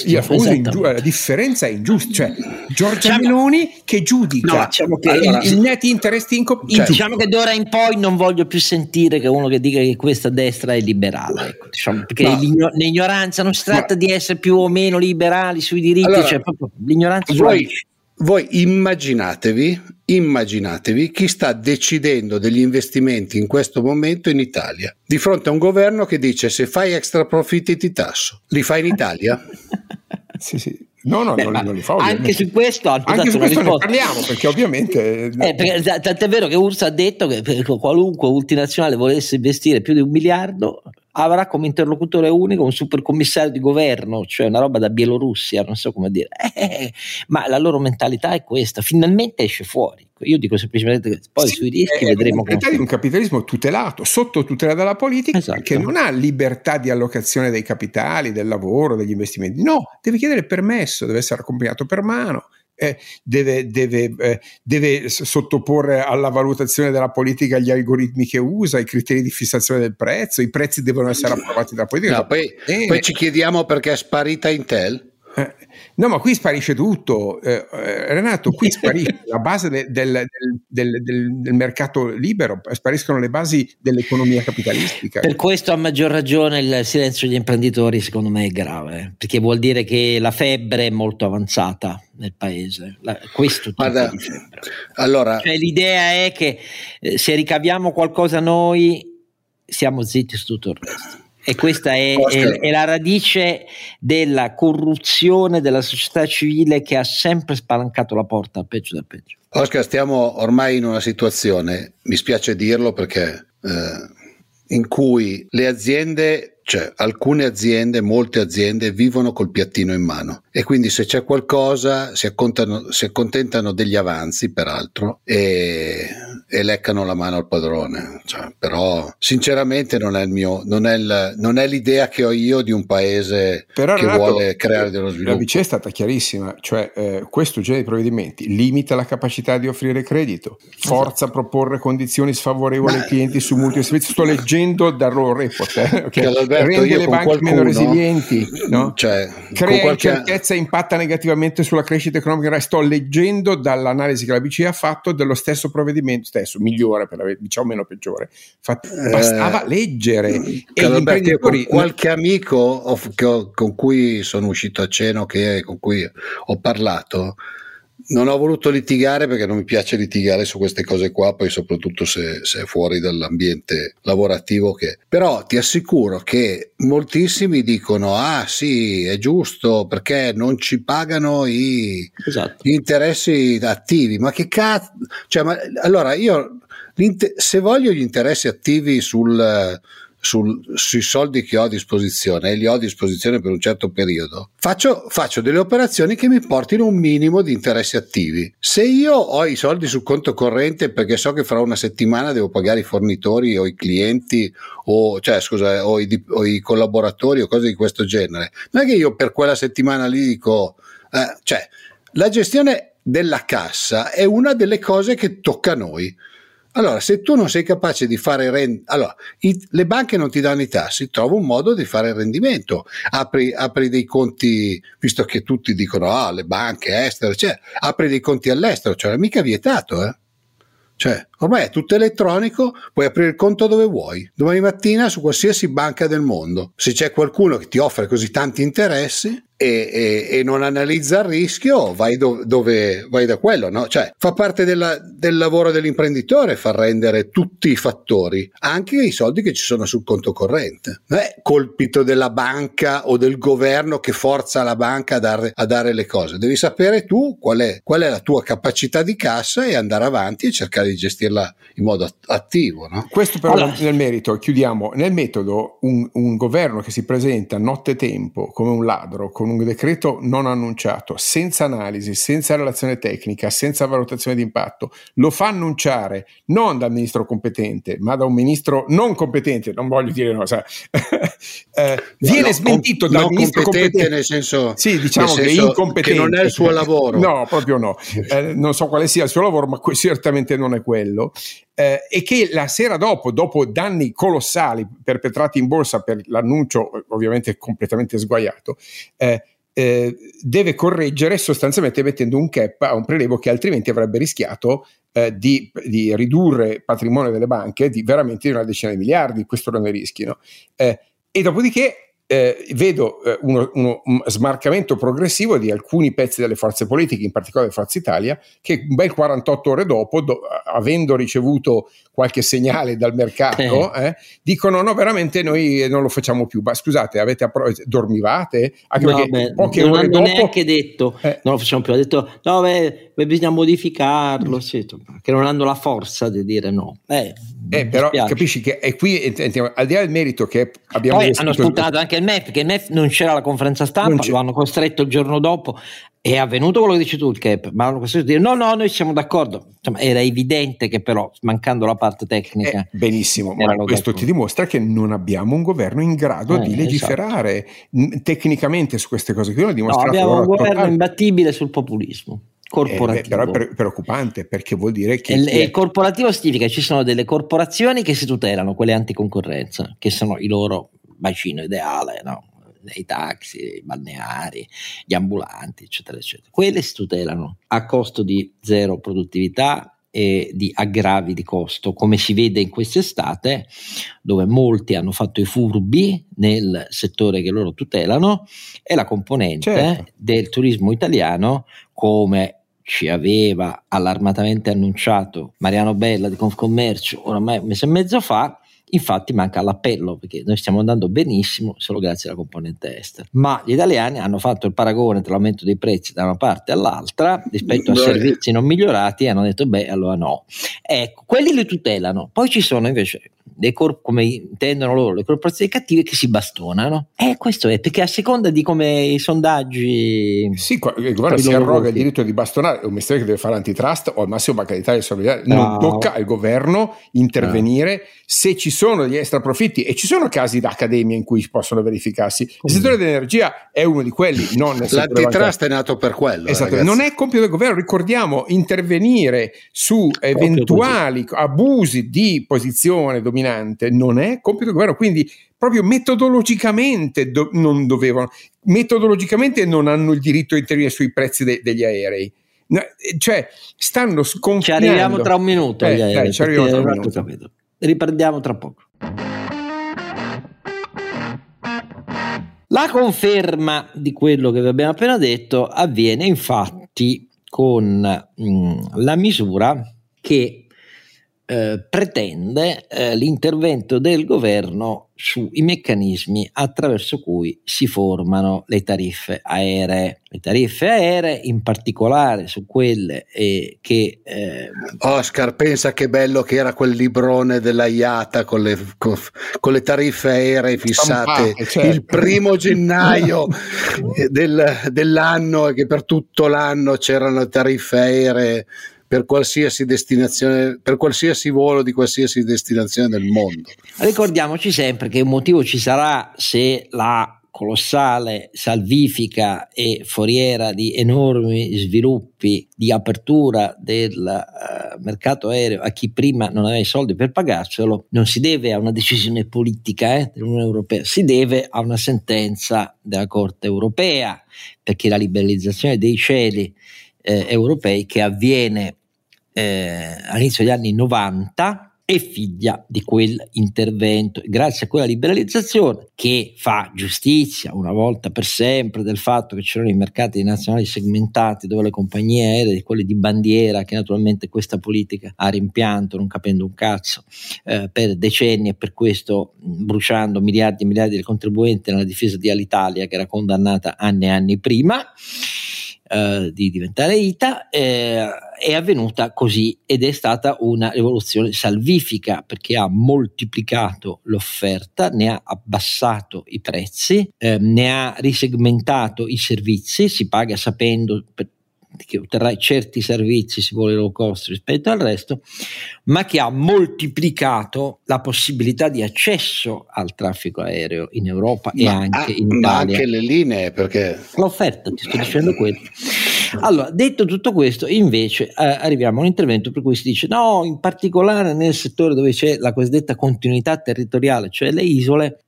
la differenza è ingiusta, cioè Giorgia Meloni che giudica il net interest income, diciamo che d'ora in poi non voglio più sentire che uno che dica che questa destra è liberale, ecco, diciamo, perché l'ignoranza non si tratta di essere più o meno liberali sui diritti, cioè proprio l'ignoranza. Voi immaginatevi chi sta decidendo degli investimenti in questo momento in Italia, di fronte a un governo che dice se fai extra profitti ti tasso. Li fai in Italia? Sì. Non li fa, anche su questo hanno dato una risposta. Ne parliamo, perché ovviamente tant'è vero che Urso ha detto che qualunque multinazionale volesse investire più di 1 miliardo avrà come interlocutore unico un supercommissario di governo, cioè una roba da Bielorussia, non so come dire, ma la loro mentalità è questa, finalmente esce fuori. Io dico semplicemente che poi sui rischi vedremo. È di un capitalismo tutelato, sotto tutela della politica, che non ha libertà di allocazione dei capitali, del lavoro, degli investimenti. No, deve chiedere permesso, deve essere accompagnato per mano. Deve sottoporre alla valutazione della politica gli algoritmi che usa, i criteri di fissazione del prezzo, i prezzi devono essere approvati dalla politica. Poi ci chiediamo perché è sparita Intel. No, ma qui sparisce tutto, Renato, qui sparisce la base del mercato libero, spariscono le basi dell'economia capitalistica. Per questo a maggior ragione il silenzio degli imprenditori secondo me è grave, perché vuol dire che la febbre è molto avanzata, nel paese. Questo Guarda, mi sembra. Allora, cioè, l'idea è che se ricaviamo qualcosa noi siamo zitti su tutto il resto. E questa è la radice della corruzione della società civile, che ha sempre spalancato la porta al peggio del peggio. Oscar, stiamo ormai in una situazione, mi spiace dirlo perché in cui le aziende, cioè alcune aziende, molte aziende vivono col piattino in mano, e quindi se c'è qualcosa si accontentano degli avanzi, peraltro, e leccano la mano al padrone. Cioè, però sinceramente non è l'idea che ho io di un paese però, che Renato, vuole creare dello sviluppo. La BCE è stata chiarissima, cioè questo genere di provvedimenti limita la capacità di offrire credito, forza a proporre condizioni sfavorevoli ai clienti su mutui e servizi. Sto leggendo dal loro report, okay? Rende le banche meno resilienti, no? Cioè, crea incertezza e impatta negativamente sulla crescita economica. Sto leggendo dall'analisi che la BCE ha fatto dello stesso provvedimento, stesso migliore, diciamo meno peggiore. Bastava leggere. E gli imprenditori, qualche amico con cui sono uscito a cena, con cui ho parlato, non ho voluto litigare perché non mi piace litigare su queste cose qua, poi soprattutto se è fuori dall'ambiente lavorativo. Però ti assicuro che moltissimi dicono: ah sì, è giusto perché non ci pagano gli interessi attivi. Ma che cazzo, cioè, allora io se voglio gli interessi attivi sui soldi che ho a disposizione, e li ho a disposizione per un certo periodo, faccio delle operazioni che mi portino un minimo di interessi attivi. Se io ho i soldi sul conto corrente perché so che fra una settimana devo pagare i fornitori o i clienti o i collaboratori o cose di questo genere, non è che io per quella settimana lì dico cioè, la gestione della cassa è una delle cose che tocca a noi. Allora, se tu non sei capace di fare le banche non ti danno i tassi, trova un modo di fare il rendimento, apri dei conti, visto che tutti dicono le banche estere, cioè apri dei conti all'estero, cioè non è mica vietato, cioè ormai è tutto elettronico, puoi aprire il conto dove vuoi, domani mattina su qualsiasi banca del mondo. Se c'è qualcuno che ti offre così tanti interessi e non analizza il rischio, vai da quello, no? Cioè fa parte del lavoro dell'imprenditore far rendere tutti i fattori, anche i soldi che ci sono sul conto corrente. Non è colpito della banca o del governo che forza la banca a dare le cose. Devi sapere tu qual è la tua capacità di cassa e andare avanti e cercare di gestirla in modo attivo, no? Questo però nel merito, chiudiamo, nel metodo un governo che si presenta nottetempo come un ladro, con un decreto non annunciato, senza analisi, senza relazione tecnica, senza valutazione di impatto, lo fa annunciare non dal ministro competente, ma da un ministro non competente, non voglio dire viene smentito dal ministro competente, nel senso, sì, diciamo che è incompetente, che non è il suo lavoro. No, proprio no. Non so quale sia il suo lavoro, ma certamente non è quello. E che la sera dopo danni colossali perpetrati in borsa per l'annuncio ovviamente completamente sguaiato, deve correggere sostanzialmente mettendo un cap a un prelievo che altrimenti avrebbe rischiato di ridurre il patrimonio delle banche veramente di una decina di miliardi. Questo non è rischi, no? E dopodiché vedo uno smarcamento progressivo di alcuni pezzi delle forze politiche, in particolare Forza Italia, che un bel 48 ore dopo, avendo ricevuto qualche segnale dal mercato, dicono no, veramente noi non lo facciamo più. Ma scusate, dormivate? Anche perché poche ore dopo... Non ha neanche detto non lo facciamo più, ha detto no, bisogna modificarlo, sì, che non hanno la forza di dire no. Però capisci che è qui, al di là del merito che abbiamo... Poi hanno spuntato anche il MEF, che il MEF non c'era la conferenza stampa, lo hanno costretto il giorno dopo, è avvenuto quello che dici tu, il cap, ma hanno costretto a dire no, noi siamo d'accordo. Insomma, era evidente che però, mancando la parte tecnica... benissimo, ma questo ti dimostra che non abbiamo un governo in grado di legiferare tecnicamente su queste cose. Abbiamo un governo imbattibile sul populismo corporativo. Però è preoccupante, perché vuol dire che il corporativo significa che ci sono delle corporazioni che si tutelano, quelle anticoncorrenza, che sono il loro bacino ideale, no? I taxi, i balneari, gli ambulanti, eccetera eccetera. Quelle si tutelano a costo di zero produttività e di aggravi di costo, come si vede in quest'estate, dove molti hanno fatto i furbi nel settore che loro tutelano, e la componente del turismo italiano, come ci aveva allarmatamente annunciato Mariano Bella di Confcommercio oramai un mese e mezzo fa. Infatti manca l'appello, perché noi stiamo andando benissimo solo grazie alla componente estera, ma gli italiani hanno fatto il paragone tra l'aumento dei prezzi da una parte all'altra rispetto a servizi non migliorati e hanno detto allora no. Ecco, quelli li tutelano, poi ci sono invece come intendono loro le corporazioni cattive che si bastonano, questo è perché a seconda di come i sondaggi il governo si arroga il diritto di bastonare, è un mestiere che deve fare l'antitrust o al massimo Banca d'Italia e Solidarietà. Non tocca al governo intervenire se ci sono degli extra profitti, e ci sono casi d'accademia in cui possono verificarsi. Il settore dell'energia è uno di quelli, non nel l'antitrust è nato per quello. Esatto, non è compito del governo, ricordiamo, intervenire su eventuali abusi di posizione dominante non è compito del governo, quindi proprio metodologicamente non dovevano, metodologicamente non hanno il diritto di intervenire sui prezzi degli aerei. No, cioè stanno sconfinando. Ci arriviamo tra un minuto agli aerei, ci arriviamo tra un minuto. Riprendiamo tra poco. La conferma di quello che vi abbiamo appena detto avviene infatti con la misura che pretende l'intervento del governo sui meccanismi attraverso cui si formano le tariffe aeree. Le tariffe aeree, in particolare su quelle che Oscar, pensa che bello che era quel librone della IATA con le tariffe aeree fissate il 1 gennaio dell'anno, e che per tutto l'anno c'erano le tariffe aeree per qualsiasi destinazione, per qualsiasi volo di qualsiasi destinazione del mondo. Ricordiamoci sempre che un motivo ci sarà se la colossale salvifica e foriera di enormi sviluppi di apertura del mercato aereo a chi prima non aveva i soldi per pagarcelo non si deve a una decisione politica dell'Unione Europea, si deve a una sentenza della Corte Europea, perché la liberalizzazione dei cieli europei, che avviene all'inizio degli anni 90, è figlia di quell'intervento. Grazie a quella liberalizzazione, che fa giustizia una volta per sempre del fatto che c'erano i mercati nazionali segmentati dove le compagnie aeree, quelle di bandiera, che naturalmente questa politica ha rimpianto non capendo un cazzo per decenni, e per questo bruciando miliardi e miliardi di contribuenti nella difesa di Alitalia, che era condannata anni e anni prima di diventare ITA, è avvenuta così, ed è stata una rivoluzione salvifica, perché ha moltiplicato l'offerta, ne ha abbassato i prezzi, ne ha risegmentato i servizi, si paga sapendo che otterrai certi servizi, si vuole low cost rispetto al resto, ma che ha moltiplicato la possibilità di accesso al traffico aereo in Europa e anche in Italia. Ma anche le linee, perché l'offerta, ti sto dicendo quello. Allora, detto tutto questo, invece arriviamo a un intervento per cui si dice no, in particolare nel settore dove c'è la cosiddetta continuità territoriale, cioè le isole,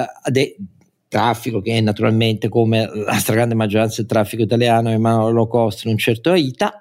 traffico che è naturalmente, come la stragrande maggioranza del traffico italiano, è in mano low cost, non certo a ITA,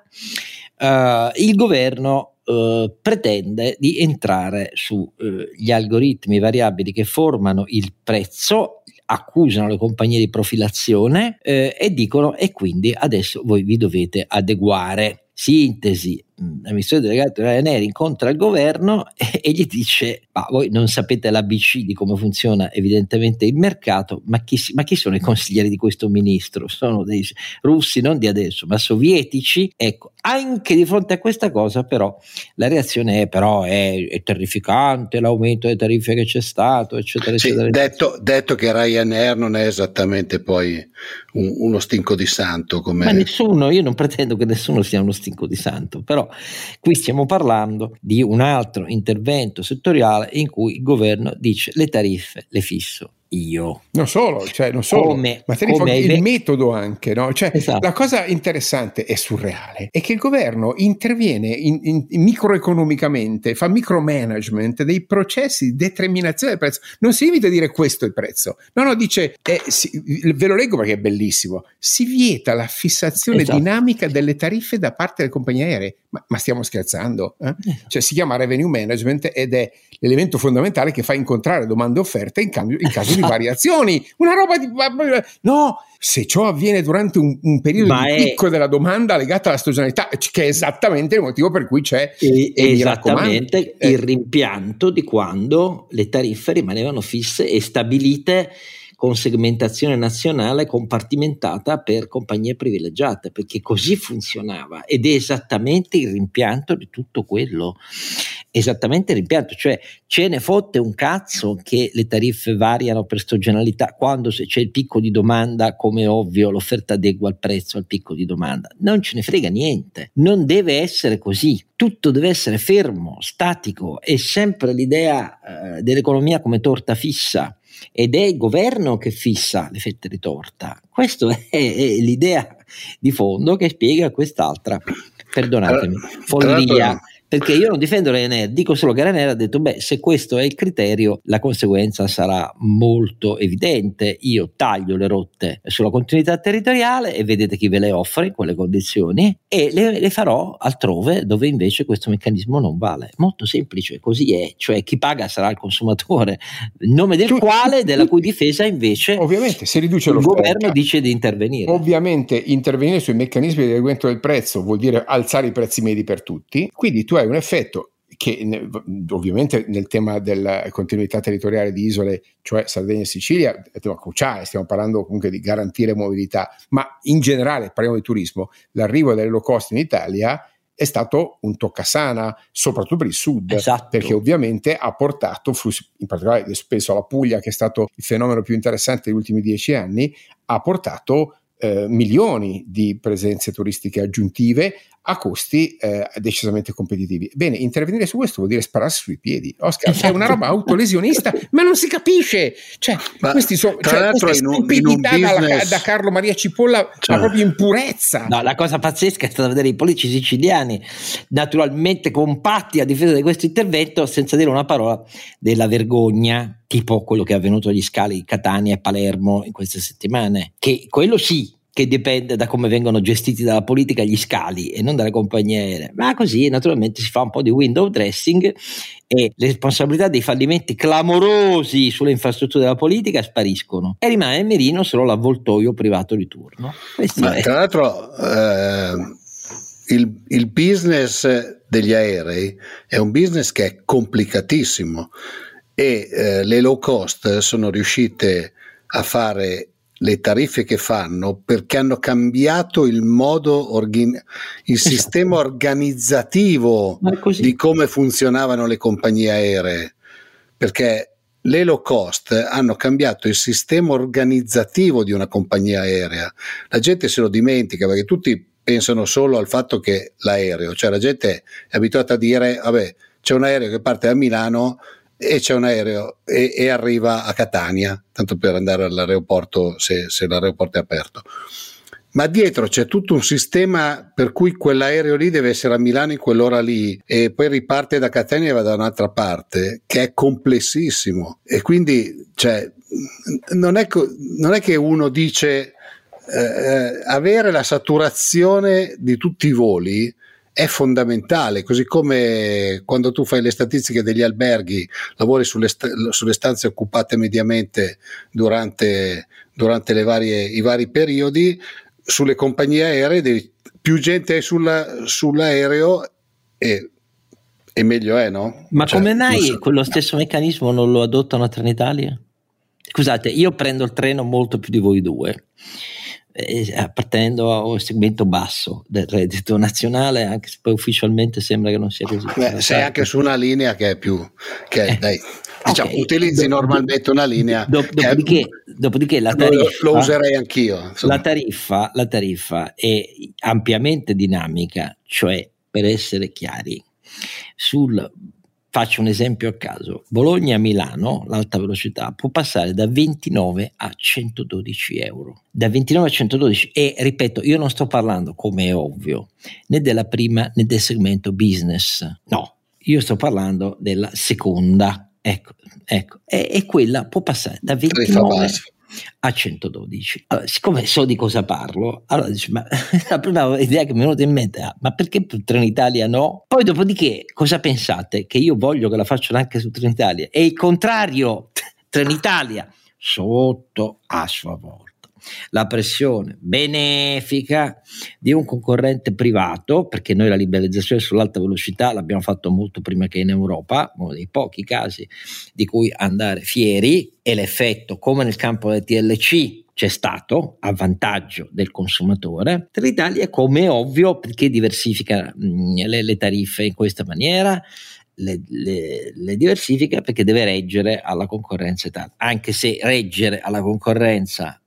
il governo pretende di entrare su gli algoritmi variabili che formano il prezzo, accusano le compagnie di profilazione e dicono: e quindi adesso voi vi dovete adeguare. Sintesi: l'amministratore delegato di Ryanair incontra il governo e gli dice: ma voi non sapete l'ABC di come funziona evidentemente il mercato, ma chi sono i consiglieri di questo ministro? Sono dei russi, non di adesso, ma sovietici. Ecco, anche di fronte a questa cosa però la reazione è terrificante, l'aumento delle tariffe che c'è stato, eccetera, sì, eccetera. Detto che Ryanair non è esattamente poi uno stinco di santo, come... Ma nessuno, io non pretendo che nessuno sia uno stinco di santo, però qui stiamo parlando di un altro intervento settoriale in cui il governo dice: le tariffe le fisso Non solo, ma te il metodo anche, no? Cioè, esatto. La cosa interessante e surreale è che il governo interviene in microeconomicamente, fa micromanagement dei processi di determinazione del prezzo. Non si limita a dire questo è il prezzo, no, dice, ve lo leggo perché è bellissimo, si vieta la fissazione dinamica delle tariffe da parte delle compagnie aeree. Ma stiamo scherzando? Cioè, si chiama revenue management ed è l'elemento fondamentale che fa incontrare domande e offerte in caso di variazioni. Una roba di... No, se ciò avviene durante un periodo di picco della domanda legata alla stagionalità, che è esattamente il motivo per cui c'è esattamente il rimpianto di quando le tariffe rimanevano fisse e stabilite con segmentazione nazionale compartimentata per compagnie privilegiate, perché così funzionava ed è esattamente il rimpianto di tutto quello, esattamente il rimpianto, cioè ce ne fotte un cazzo che le tariffe variano per stagionalità, quando se c'è il picco di domanda, come ovvio l'offerta adegua al prezzo al picco di domanda, non ce ne frega niente, non deve essere così, tutto deve essere fermo, statico, è sempre l'idea dell'economia come torta fissa, ed è il governo che fissa le fette di torta. Questa è l'idea di fondo che spiega quest'altra, perdonatemi, follia. Perché io non difendo Ryanair, dico solo che Ryanair ha detto se questo è il criterio la conseguenza sarà molto evidente, io taglio le rotte sulla continuità territoriale e vedete chi ve le offre in quelle condizioni e le farò altrove dove invece questo meccanismo non vale. Molto semplice, così è, cioè chi paga sarà il consumatore, in nome della cui difesa invece ovviamente si riduce il governo dice di intervenire. Ovviamente intervenire sui meccanismi di adeguamento del prezzo vuol dire alzare i prezzi medi per tutti, quindi tu hai un effetto che ovviamente nel tema della continuità territoriale di isole, cioè Sardegna e Sicilia, è un tema cruciale, stiamo parlando comunque di garantire mobilità, ma in generale parliamo di turismo, l'arrivo delle low cost in Italia è stato un toccasana, soprattutto per il sud, perché ovviamente ha portato flussi, in particolare spesso la Puglia, che è stato il fenomeno più interessante degli ultimi 10 anni, ha portato milioni di presenze turistiche aggiuntive a costi decisamente competitivi. Bene, intervenire su questo vuol dire spararsi sui piedi, Oscar, è una roba autolesionista, ma non si capisce, cioè questi sono questa stupidità da Carlo Maria Cipolla, ma proprio in purezza. No, la cosa pazzesca è stata vedere i politici siciliani naturalmente compatti a difesa di questo intervento senza dire una parola della vergogna, tipo quello che è avvenuto agli scali di Catania e Palermo in queste settimane, che quello sì che dipende da come vengono gestiti dalla politica gli scali e non dalle compagnie aeree, ma così naturalmente si fa un po' di window dressing e le responsabilità dei fallimenti clamorosi sulle infrastrutture della politica spariscono e rimane nel mirino solo l'avvoltoio privato di turno. Tra l'altro il business degli aerei è un business che è complicatissimo e le low cost sono riuscite a fare le tariffe che fanno perché hanno cambiato il modo il sistema organizzativo di come funzionavano le compagnie aeree, perché le low cost hanno cambiato il sistema organizzativo di una compagnia aerea. La gente se lo dimentica perché tutti pensano solo al fatto che l'aereo, cioè la gente è abituata a dire vabbè, c'è un aereo che parte da Milano e c'è un aereo e arriva a Catania, tanto per andare all'aeroporto se l'aeroporto è aperto, ma dietro c'è tutto un sistema per cui quell'aereo lì deve essere a Milano in quell'ora lì e poi riparte da Catania e va da un'altra parte, che è complessissimo. E quindi cioè, non è che uno dice avere la saturazione di tutti i voli è fondamentale, così come quando tu fai le statistiche degli alberghi, lavori sulle stanze occupate mediamente durante i vari periodi, sulle compagnie aeree più gente è sull'aereo e meglio è, no? Ma cioè, come mai quello stesso meccanismo non lo adottano a Trenitalia? Scusate, io prendo il treno molto più di voi due, appartenendo a un segmento basso del reddito nazionale, anche se poi ufficialmente sembra che non sia così. Sei anche su una linea che è più dai, diciamo, okay. Utilizzi normalmente una linea dopodiché la tariffa lo userei anch'io, la tariffa è ampiamente dinamica, cioè, per essere chiari, sul faccio un esempio a caso, Bologna-Milano, l'alta velocità può passare da 29 a 112 euro, da 29 a 112, e ripeto, io non sto parlando, come è ovvio, né della prima né del segmento business, no, io sto parlando della seconda, ecco, e quella può passare da 29 a 112. Allora, siccome so di cosa parlo, allora dici, ma la prima idea che mi è venuta in mente è: ma perché Trenitalia no? Poi dopodiché cosa pensate? Che io voglio che la facciano anche su Trenitalia? E il contrario, Trenitalia sotto a sua volta la pressione benefica di un concorrente privato, perché noi la liberalizzazione sull'alta velocità l'abbiamo fatto molto prima che in Europa, uno dei pochi casi di cui andare fieri, e l'effetto, come nel campo del TLC, c'è stato a vantaggio del consumatore. L'Italia, come è ovvio, perché diversifica le tariffe in questa maniera, le diversifica perché deve reggere alla concorrenza italiana, anche se reggere alla concorrenza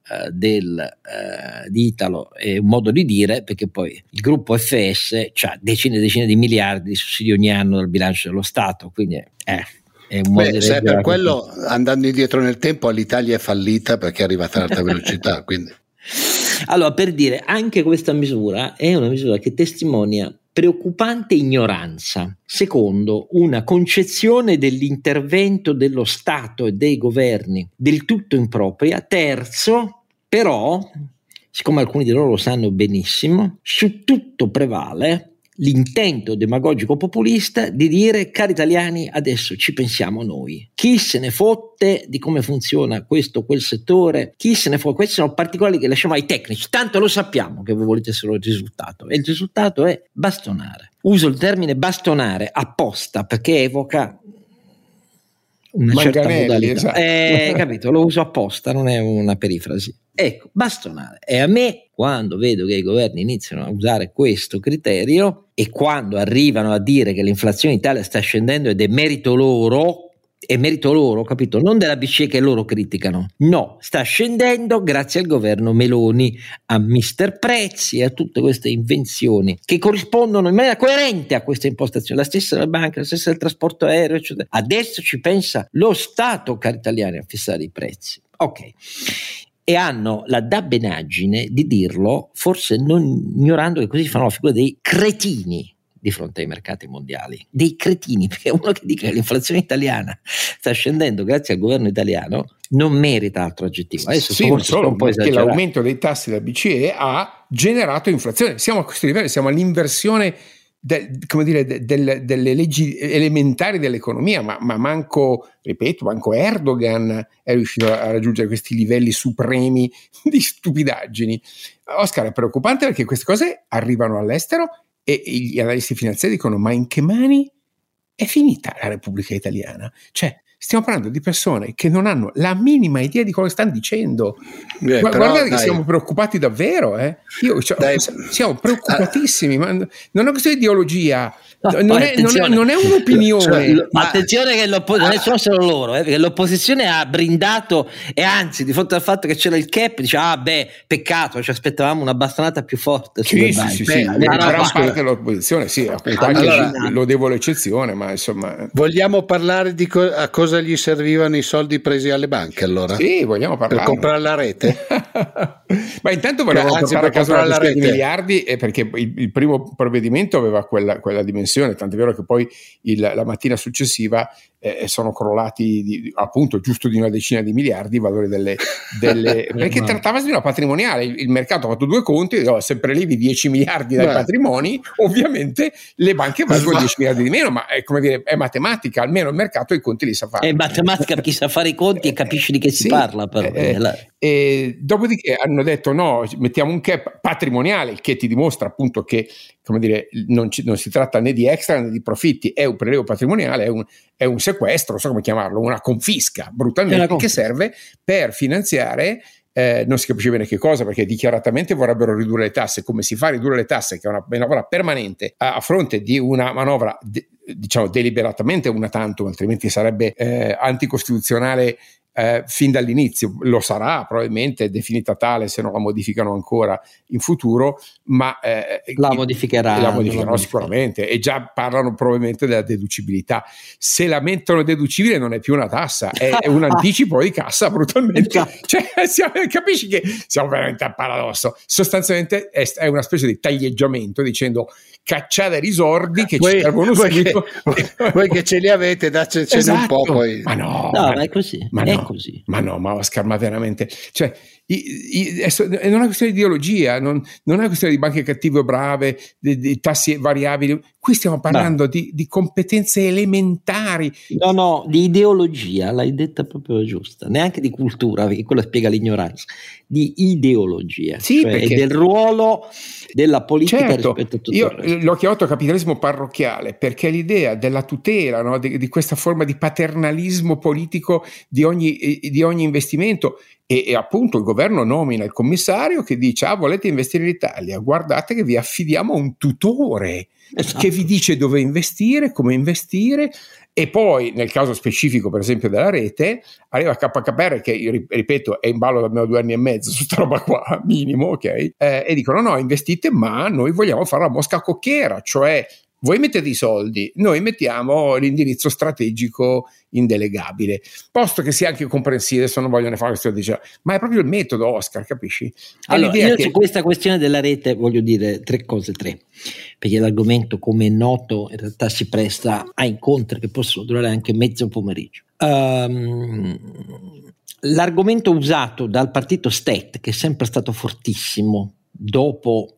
di Italo è un modo di dire, perché poi il gruppo FS ha decine e decine di miliardi di sussidi ogni anno dal bilancio dello Stato, quindi è un modo di se per quello, andando indietro nel tempo, l'Italia è fallita perché è arrivata all'alta velocità, quindi. Allora, per dire, anche questa misura è una misura che testimonia preoccupante ignoranza, secondo una concezione dell'intervento dello Stato e dei governi del tutto impropria. Terzo, però, siccome alcuni di loro lo sanno benissimo, su tutto prevale l'intento demagogico populista di dire: cari italiani, adesso ci pensiamo noi. Chi se ne fotte di come funziona questo o quel settore? Chi se ne fotte? Questi sono particolari che lasciamo ai tecnici, tanto lo sappiamo che voi volete solo il risultato, e il risultato è bastonare. Uso il termine bastonare apposta perché evoca una certa modalità, esatto. Capito? Lo uso apposta, non è una perifrasi. Ecco, bastonare. E a me, quando vedo che i governi iniziano a usare questo criterio e quando arrivano a dire che l'inflazione in Italia sta scendendo ed è merito loro, capito? Non della BCE che loro criticano, no, sta scendendo grazie al governo Meloni, a Mister Prezzi e a tutte queste invenzioni che corrispondono in maniera coerente a questa impostazione, la stessa della banca, la stessa del trasporto aereo, eccetera. Adesso ci pensa lo Stato, cari italiani, a fissare i prezzi. Ok. E hanno la dabbenaggine di dirlo, forse non ignorando che così fanno la figura dei cretini di fronte ai mercati mondiali, dei cretini, perché uno che dice che l'inflazione italiana sta scendendo grazie al governo italiano non merita altro aggettivo. Adesso sì, non solo, perché l'aumento dei tassi della BCE ha generato inflazione. Siamo a questo livello, siamo all'inversione delle leggi elementari dell'economia, ma manco Erdogan è riuscito a raggiungere questi livelli supremi di stupidaggini. Oscar, è preoccupante perché queste cose arrivano all'estero e gli analisti finanziari dicono: ma in che mani è finita la Repubblica Italiana? Cioè, stiamo parlando di persone che non hanno la minima idea di cosa stanno dicendo. Guardate che siamo preoccupati davvero, siamo preoccupatissimi, ma non è questa ideologia. Non è un'opinione. Attenzione che non sono solo loro, perché l'opposizione ha brindato, e anzi di fronte al fatto che c'era il cap dice: peccato, ci aspettavamo una bastonata più forte. Sì, gran parte dell'opposizione, sì, allora, lo devo l'eccezione, ma insomma. Vogliamo parlare di a cosa gli servivano i soldi presi alle banche, allora? Sì, vogliamo parlare. Per comprare la rete? Ma intanto volevamo portare a casa la rete di miliardi, perché il primo provvedimento aveva quella dimensione, tant'è vero che poi la mattina successiva sono crollati appunto giusto di una decina di miliardi i valori delle perché trattavasi di una patrimoniale. Il mercato ha fatto due conti, se prelevi 10 miliardi dai patrimoni, ovviamente le banche valgono 10 miliardi di meno, ma è come dire, è matematica, almeno il mercato i conti li sa fare. È matematica per chi sa fare i conti e capisci di che si parla, però. E dopodiché hanno detto: no, mettiamo un cap patrimoniale, il che ti dimostra appunto che, come dire, non si tratta né di extra né di profitti, è un prelievo patrimoniale, è un sequestro, non so come chiamarlo, una confisca brutalmente, che serve per finanziare non si capisce bene che cosa, perché dichiaratamente vorrebbero ridurre le tasse. Come si fa a ridurre le tasse, che è una manovra permanente, a fronte di una manovra diciamo deliberatamente una tantum, altrimenti sarebbe anticostituzionale fin dall'inizio, lo sarà probabilmente definita tale se non la modificano ancora in futuro, ma la modificheranno sicuramente, e già parlano probabilmente della deducibilità. Se la mettono deducibile non è più una tassa, è un anticipo di cassa brutalmente. Cioè, capisci che siamo veramente al paradosso. Sostanzialmente è una specie di taglieggiamento dicendo cacciate risordi che ci servono subito. Voi che ce li avete, daccene un po' poi. Ma è così. Ma Oscar, ma veramente, cioè non è una questione di ideologia, non è una questione di banche cattive o brave, di tassi variabili. Qui stiamo parlando di competenze elementari. No, di ideologia, l'hai detta proprio giusta, neanche di cultura, perché quella spiega l'ignoranza, di ideologia, sì, cioè perché, del ruolo della politica rispetto a tutto io il resto. L'ho chiamato capitalismo parrocchiale perché l'idea della tutela, no, di questa forma di paternalismo politico di ogni investimento, e appunto il governo nomina il commissario che dice volete investire in Italia, guardate che vi affidiamo a un tutore che vi dice dove investire, come investire. E poi nel caso specifico per esempio della rete arriva KKR che ripeto è in ballo da almeno 2 anni e mezzo su sta roba qua minimo, ok, e dicono no, investite, ma noi vogliamo fare la mosca cocchiera, cioè voi mettete i soldi, noi mettiamo l'indirizzo strategico indelegabile, posto che sia anche comprensibile, adesso non voglio ne fare questa diciamo, ma è proprio il metodo, Oscar, capisci? Allora, io su questa questione della rete voglio dire 3 cose, perché l'argomento, come è noto, in realtà si presta a incontri che possono durare anche mezzo pomeriggio. L'argomento usato dal partito Stet, che è sempre stato fortissimo dopo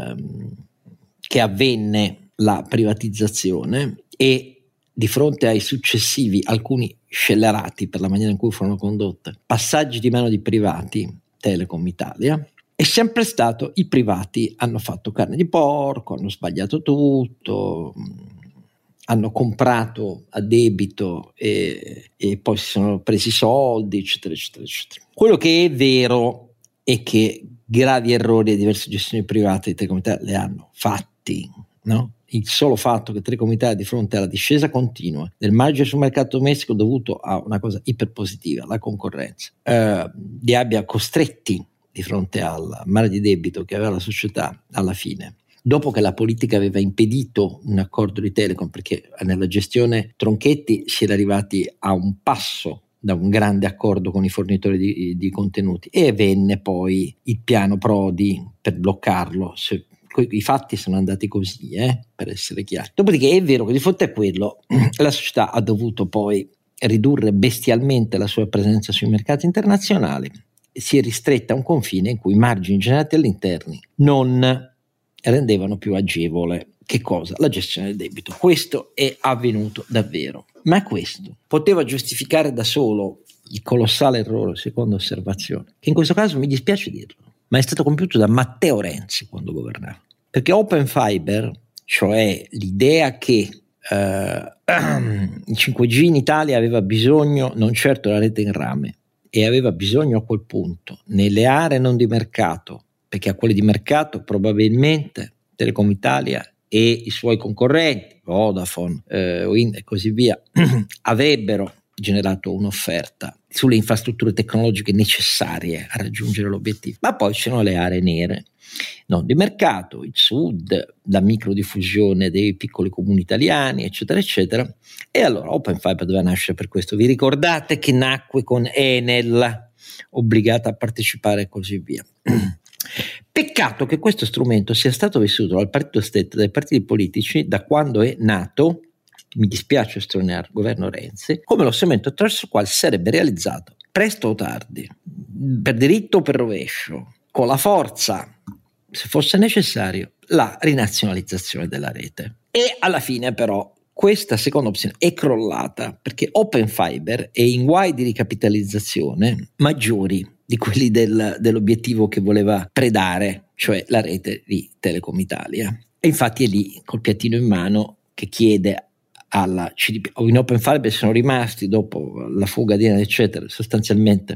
che avvenne la privatizzazione e di fronte ai successivi, alcuni scellerati per la maniera in cui furono condotte, passaggi di mano di privati, Telecom Italia, è sempre stato: i privati hanno fatto carne di porco, hanno sbagliato tutto, hanno comprato a debito e poi si sono presi soldi, eccetera, eccetera, eccetera. Quello che è vero è che gravi errori e diverse gestioni private di Telecom Italia le hanno fatti, no? Il solo fatto che Telecom Italia, di fronte alla discesa continua del margine sul mercato domestico dovuto a una cosa iperpositiva, la concorrenza, li abbia costretti di fronte al mare di debito che aveva la società alla fine, dopo che la politica aveva impedito un accordo di Telecom, perché nella gestione Tronchetti si era arrivati a un passo da un grande accordo con i fornitori di contenuti, e venne poi il piano Prodi per bloccarlo. I fatti sono andati così, per essere chiari. Dopodiché è vero che di fronte a quello la società ha dovuto poi ridurre bestialmente la sua presenza sui mercati internazionali, si è ristretta a un confine in cui i margini generati all'interno non rendevano più agevole che cosa? La gestione del debito. Questo è avvenuto davvero, ma questo poteva giustificare da solo il colossale errore, seconda osservazione, che in questo caso mi dispiace dirlo, ma è stato compiuto da Matteo Renzi quando governava. Perché Open Fiber, cioè l'idea che il 5G in Italia aveva bisogno non certo della rete in rame, e aveva bisogno a quel punto nelle aree non di mercato, perché a quelle di mercato probabilmente Telecom Italia e i suoi concorrenti, Vodafone, Wind e così via, avrebbero generato un'offerta sulle infrastrutture tecnologiche necessarie a raggiungere l'obiettivo. Ma poi ci sono le aree nere non di mercato, il sud, la microdiffusione dei piccoli comuni italiani, eccetera eccetera, e allora Open Fiber doveva nascere per questo. Vi ricordate che nacque con Enel obbligata a partecipare e così via. Peccato che questo strumento sia stato vissuto dal partito Stet, dai partiti politici, da quando è nato, mi dispiace sottolineare, il governo Renzi, come lo strumento attraverso il quale sarebbe realizzato, presto o tardi, per diritto o per rovescio, con la forza, se fosse necessario, la rinazionalizzazione della rete. E alla fine però questa seconda opzione è crollata, perché Open Fiber è in guai di ricapitalizzazione maggiori di quelli dell'obiettivo che voleva predare, cioè la rete di Telecom Italia. E infatti è lì col piattino in mano che chiede alla CDP. In Open Fiber sono rimasti, dopo la fuga di Enel eccetera, sostanzialmente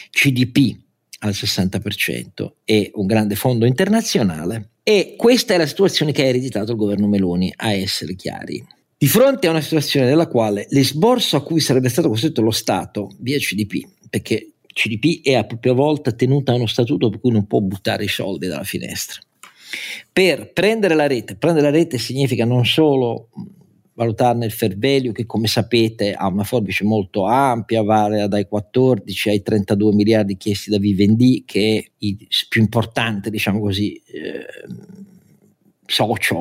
CDP al 60% e un grande fondo internazionale, e questa è la situazione che ha ereditato il governo Meloni, a essere chiari. Di fronte a una situazione nella quale l'esborso a cui sarebbe stato costretto lo Stato via CDP perché CDP è a propria volta tenuta a uno statuto per cui non può buttare i soldi dalla finestra. Per prendere la rete significa non solo valutarne il fair value, che come sapete ha una forbice molto ampia, varia dai 14 ai 32 miliardi chiesti da Vivendi, che è il più importante, diciamo così, socio,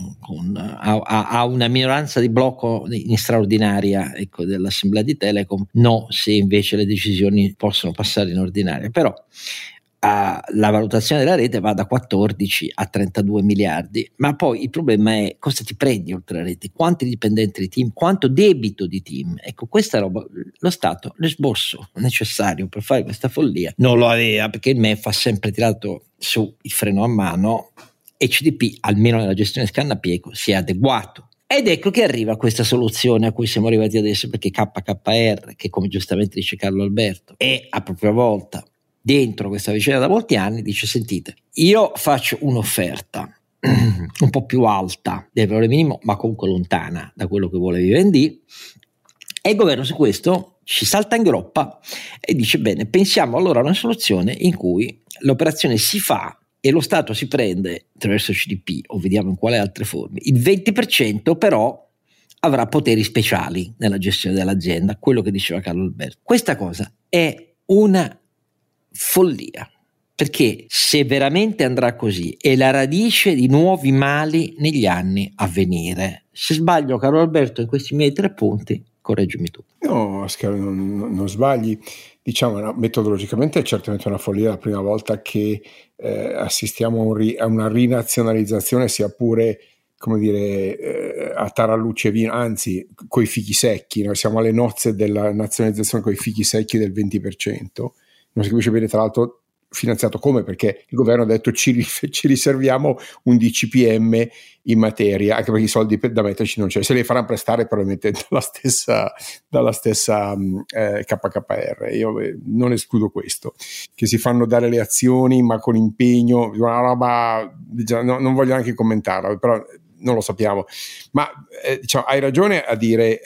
ha una minoranza di blocco in straordinaria, ecco, dell'assemblea di Telecom, no, se invece le decisioni possono passare in ordinaria. Però la valutazione della rete va da 14 a 32 miliardi, ma poi il problema è cosa ti prendi oltre la rete, quanti dipendenti di team, quanto debito di team. Ecco, questa roba lo Stato, l'esborso necessario per fare questa follia non lo aveva, perché il MEF ha sempre tirato su il freno a mano e CDP, almeno nella gestione scannapiego, si è adeguato. Ed ecco che arriva questa soluzione a cui siamo arrivati adesso, perché KKR, che come giustamente dice Carlo Alberto, è a propria volta dentro questa vicenda da molti anni, dice: sentite, io faccio un'offerta un po' più alta del valore minimo, ma comunque lontana da quello che vuole Vivendi, e il governo su questo ci salta in groppa e dice: bene, pensiamo allora a una soluzione in cui l'operazione si fa e lo Stato si prende attraverso CDP, o vediamo in quale altre forme, il 20%, però avrà poteri speciali nella gestione dell'azienda, quello che diceva Carlo Alberto. Questa cosa è una follia, perché se veramente andrà così è la radice di nuovi mali negli anni a venire. Se sbaglio, Carlo Alberto, in questi miei 3 punti, correggimi tu. No, non sbagli. Diciamo, no, metodologicamente è certamente una follia, la prima volta che assistiamo a una rinazionalizzazione, sia pure, come dire, a taralluce vino, anzi coi fichi secchi. Noi siamo alle nozze della nazionalizzazione coi fichi secchi del 20%. Non si capisce bene, tra l'altro, finanziato come, perché il governo ha detto ci riserviamo un DCPM in materia, anche perché i soldi da metterci non c'è, se li faranno prestare probabilmente dalla stessa KKR. Io non escludo questo, che si fanno dare le azioni ma con impegno, una roba, non voglio neanche commentarla, però non lo sappiamo. Ma diciamo, hai ragione a dire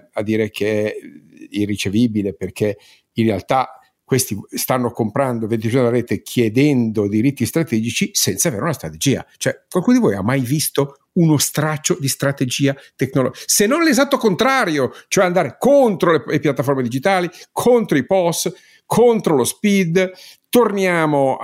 che è irricevibile, perché in realtà questi stanno comprando 20% della rete chiedendo diritti strategici senza avere una strategia. Cioè, qualcuno di voi ha mai visto uno straccio di strategia tecnologica? Se non l'esatto contrario, cioè andare contro le piattaforme digitali, contro i POS, contro lo speed, torniamo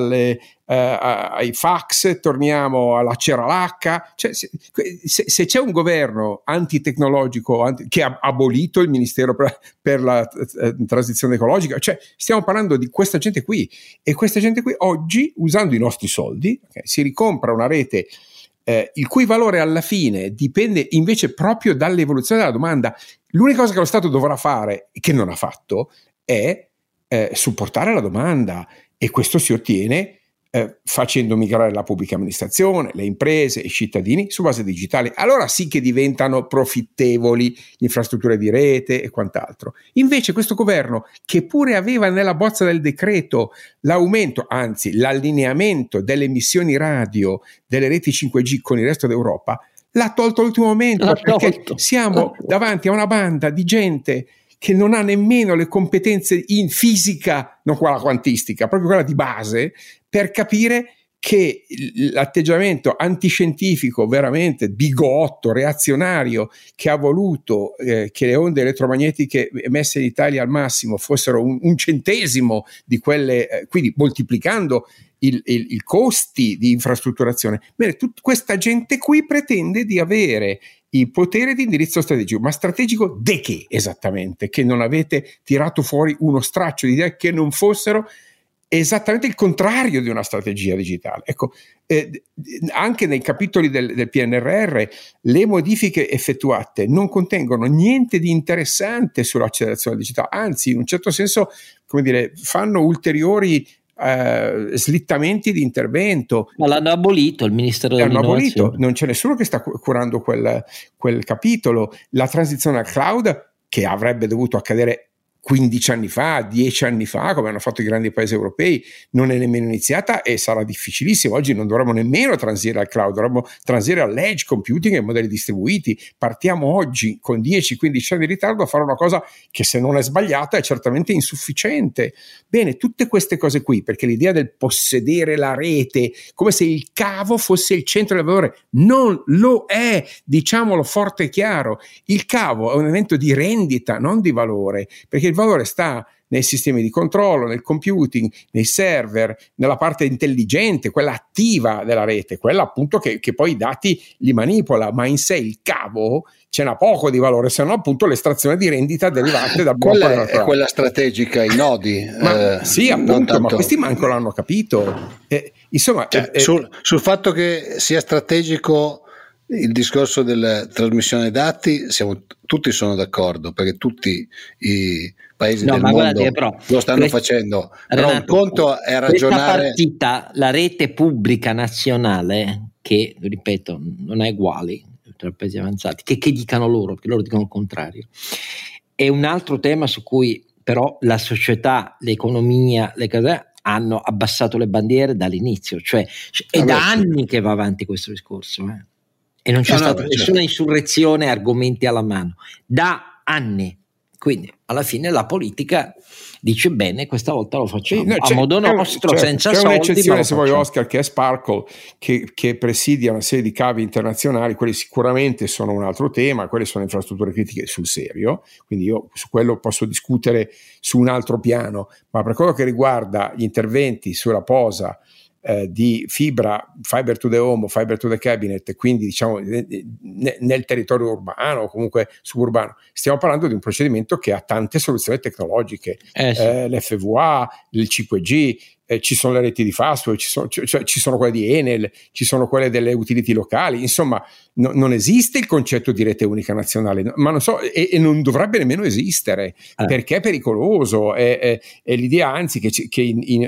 ai fax, torniamo alla ceralacca. Cioè, se c'è un governo antitecnologico che ha abolito il Ministero per la transizione ecologica, cioè stiamo parlando di questa gente qui, e questa gente qui oggi, usando i nostri soldi, si ricompra una rete il cui valore alla fine dipende invece proprio dall'evoluzione della domanda. L'unica cosa che lo Stato dovrà fare, e che non ha fatto, è supportare la domanda, e questo si ottiene facendo migrare la pubblica amministrazione, le imprese, i cittadini su base digitale. Allora sì che diventano profittevoli infrastrutture di rete e quant'altro. Invece questo governo, che pure aveva nella bozza del decreto l'aumento, anzi l'allineamento delle emissioni radio delle reti 5G con il resto d'Europa, l'ha tolto all'ultimo momento, perché siamo davanti a una banda di gente che non ha nemmeno le competenze in fisica, non quella quantistica, proprio quella di base, per capire che l'atteggiamento antiscientifico, veramente bigotto, reazionario, che ha voluto che le onde elettromagnetiche emesse in Italia al massimo fossero un centesimo di quelle, quindi moltiplicando i costi di infrastrutturazione. Bene, questa gente qui pretende di avere il potere di indirizzo strategico, ma strategico de che esattamente? Che non avete tirato fuori uno straccio di idee che non fossero esattamente il contrario di una strategia digitale. Ecco, anche nei capitoli del PNRR le modifiche effettuate non contengono niente di interessante sull'accelerazione digitale, anzi in un certo senso, come dire, fanno ulteriori slittamenti di intervento. Ma l'hanno abolito il Ministero dell'Innovazione. Non c'è nessuno che sta curando quel capitolo. La transizione al cloud, che avrebbe dovuto accadere 15 anni fa, 10 anni fa, come hanno fatto i grandi paesi europei, non è nemmeno iniziata e sarà difficilissimo. Oggi non dovremmo nemmeno transire al cloud, dovremmo transire all'edge computing e modelli distribuiti. Partiamo oggi con 10-15 anni di ritardo a fare una cosa che, se non è sbagliata, è certamente insufficiente. Bene, tutte queste cose qui, perché l'idea del possedere la rete come se il cavo fosse il centro del valore, non lo è, diciamolo forte e chiaro. Il cavo è un elemento di rendita, non di valore, perché il valore sta nei sistemi di controllo, nel computing, nei server, nella parte intelligente, quella attiva della rete, quella appunto che poi i dati li manipola, ma in sé il cavo ce n'ha poco di valore, se no appunto l'estrazione di rendita derivante da quella è quella strategica, i nodi. Sì, appunto, ma questi manco l'hanno capito. Insomma, sul fatto che sia strategico il discorso della trasmissione dati, tutti sono d'accordo, perché tutti i paesi del mondo lo stanno facendo. Però un conto è ragionare. Partita, la rete pubblica nazionale, che ripeto non è uguale tra paesi avanzati, che dicano loro, perché loro dicono il contrario, è un altro tema su cui però la società, l'economia, le cose hanno abbassato le bandiere dall'inizio, cioè è da anni che va avanti questo discorso, e non c'è stata nessuna insurrezione, argomenti alla mano, da anni. Quindi alla fine la politica dice bene, questa volta lo facciamo a modo nostro, senza soldi. C'è un'eccezione, se vuoi, Oscar, che è Sparkle, che presidia una serie di cavi internazionali. Quelli sicuramente sono un altro tema, quelle sono infrastrutture critiche sul serio, quindi io su quello posso discutere su un altro piano, ma per quello che riguarda gli interventi sulla posa di fibra, fiber to the home o fiber to the cabinet, quindi diciamo nel territorio urbano o comunque suburbano, stiamo parlando di un procedimento che ha tante soluzioni tecnologiche, l'FVA, il 5G, ci sono le reti di Fastweb, ci sono quelle di Enel, ci sono quelle delle utility locali, insomma non esiste il concetto di rete unica nazionale, ma non so, e non dovrebbe nemmeno esistere, perché è pericoloso, è l'idea anzi che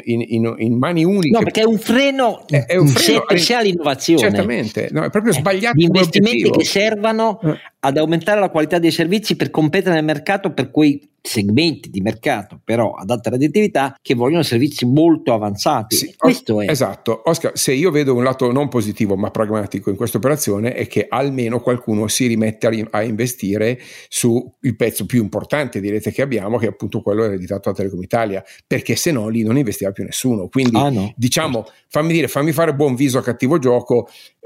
in mani uniche, no, perché è un freno in sé per sé all'innovazione, certamente, no, è proprio sbagliato. Gli investimenti che servano ad aumentare la qualità dei servizi per competere nel mercato, per quei segmenti di mercato però ad alta redditività che vogliono servizi molto avanzati. Sì, questo è esatto. Oscar, se io vedo un lato non positivo ma pragmatico in questa operazione, è che almeno qualcuno si rimette a investire su il pezzo più importante di rete che abbiamo, che è appunto quello ereditato da Telecom Italia, perché se no lì non investiva più nessuno. Quindi diciamo, fammi fare buon viso a cattivo gioco,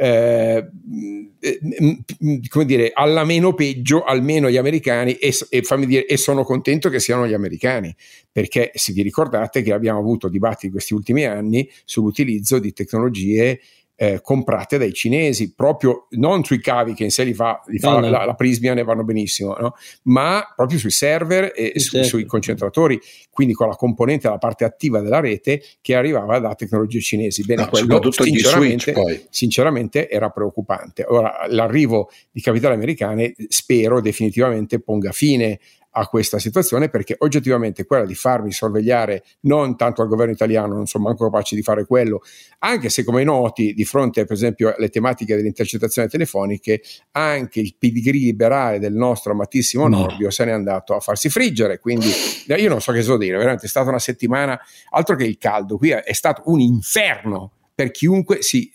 come dire, alla meno peggio almeno gli americani, e fammi dire, e sono contento che siano gli americani, perché se vi ricordate che abbiamo avuto dibattiti in questi ultimi anni sull'utilizzo di tecnologie comprate dai cinesi, proprio non sui cavi che in sé li fa la Prysmian, ne vanno benissimo, no? Ma proprio sui server e sui concentratori, quindi con la componente, la parte attiva della rete che arrivava da tecnologie cinesi. Bene, quello sinceramente era preoccupante. Ora l'arrivo di capitali americane spero definitivamente ponga fine a questa situazione, perché oggettivamente quella di farmi sorvegliare non tanto al governo italiano, non sono manco capaci di fare quello, anche se, come noti, di fronte per esempio alle tematiche delle intercettazioni telefoniche, anche il pedigree liberale del nostro amatissimo Nordio se n'è andato a farsi friggere. Quindi io non so che so dire, veramente è stata una settimana, altro che il caldo, qui è stato un inferno per chiunque si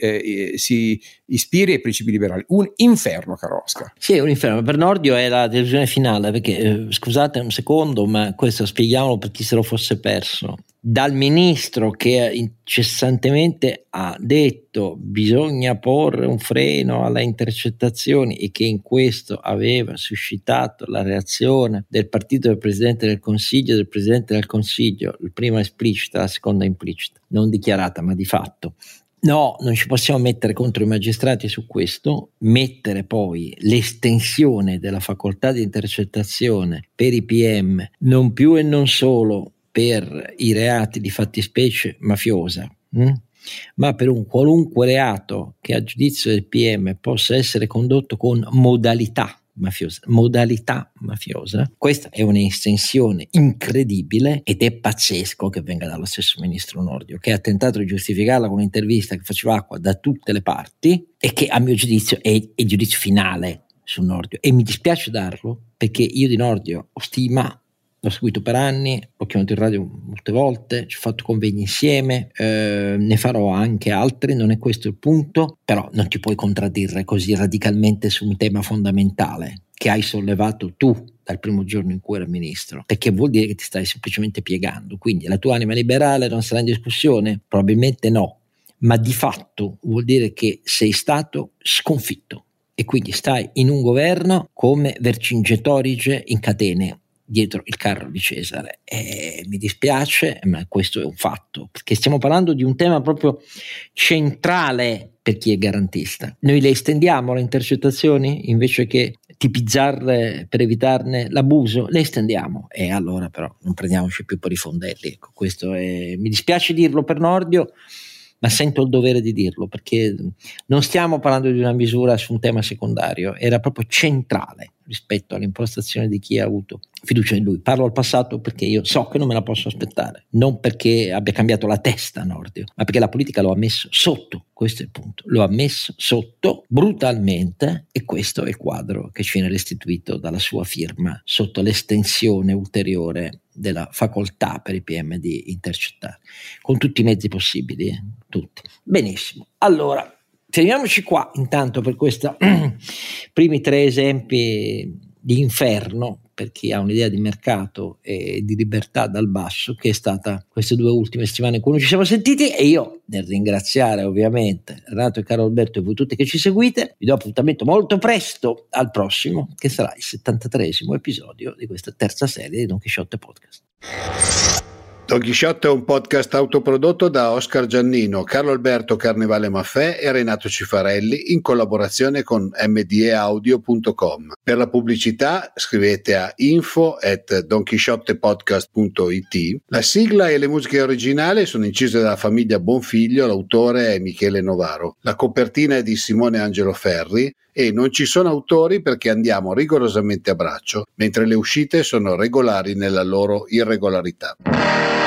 ispiri ai principi liberali, un inferno, caro Oscar. Sì, è un inferno. Per Nordio è la delusione finale, perché scusate un secondo, ma questo spieghiamolo per chi se lo fosse perso. Dal ministro che incessantemente ha detto bisogna porre un freno alle intercettazioni, e che in questo aveva suscitato la reazione del partito del Presidente del Consiglio, del Presidente del Consiglio, il prima esplicita, la seconda implicita, non dichiarata ma di fatto. No, non ci possiamo mettere contro i magistrati su questo, mettere poi l'estensione della facoltà di intercettazione per i PM, non più e non solo per i reati di fattispecie mafiosa, ma per un qualunque reato che a giudizio del PM possa essere condotto con modalità mafiosa. Questa è un'estensione incredibile, ed è pazzesco che venga dallo stesso ministro Nordio, che ha tentato di giustificarla con un'intervista che faceva acqua da tutte le parti, e che a mio giudizio è il giudizio finale su Nordio, e mi dispiace darlo perché io di Nordio ho stima l'ho seguito per anni, l'ho chiamato in radio molte volte, ci ho fatto convegni insieme, ne farò anche altri, non è questo il punto, però non ti puoi contraddire così radicalmente su un tema fondamentale che hai sollevato tu dal primo giorno in cui eri ministro, perché vuol dire che ti stai semplicemente piegando. Quindi la tua anima liberale non sarà in discussione? Probabilmente no, ma di fatto vuol dire che sei stato sconfitto e quindi stai in un governo come Vercingetorige in catene dietro il carro di Cesare. Mi dispiace, ma questo è un fatto, perché stiamo parlando di un tema proprio centrale per chi è garantista. Noi le estendiamo le intercettazioni invece che tipizzarle per evitarne l'abuso, le estendiamo, e allora però non prendiamoci più per i fondelli. Ecco, questo è, mi dispiace dirlo per Nordio, ma sento il dovere di dirlo, perché non stiamo parlando di una misura su un tema secondario, era proprio centrale rispetto all'impostazione di chi ha avuto fiducia in lui. Parlo al passato perché io so che non me la posso aspettare, non perché abbia cambiato la testa Nordio, ma perché la politica lo ha messo sotto, questo è il punto, lo ha messo sotto brutalmente, e questo è il quadro che ci viene restituito dalla sua firma sotto l'estensione ulteriore della facoltà per i PM di intercettare, con tutti i mezzi possibili, tutti. Benissimo, allora fermiamoci qua intanto per questi primi 3 esempi di inferno per chi ha un'idea di mercato e di libertà dal basso, che è stata queste 2 ultime settimane in cui ci siamo sentiti. E io, nel ringraziare ovviamente Renato e Carlo Alberto e voi tutti che ci seguite, vi do appuntamento molto presto al prossimo, che sarà il 73esimo episodio di questa terza serie di Don Chisciotte Podcast. Don Chisciotte è un podcast autoprodotto da Oscar Giannino, Carlo Alberto Carnevale Maffè e Renato Cifarelli in collaborazione con mdeaudio.com. Per la pubblicità scrivete a info@donchisciottepodcast.it. La sigla e le musiche originali sono incise dalla famiglia Bonfiglio, l'autore è Michele Novaro. La copertina è di Simone Angelo Ferri e non ci sono autori perché andiamo rigorosamente a braccio, mentre le uscite sono regolari nella loro irregolarità.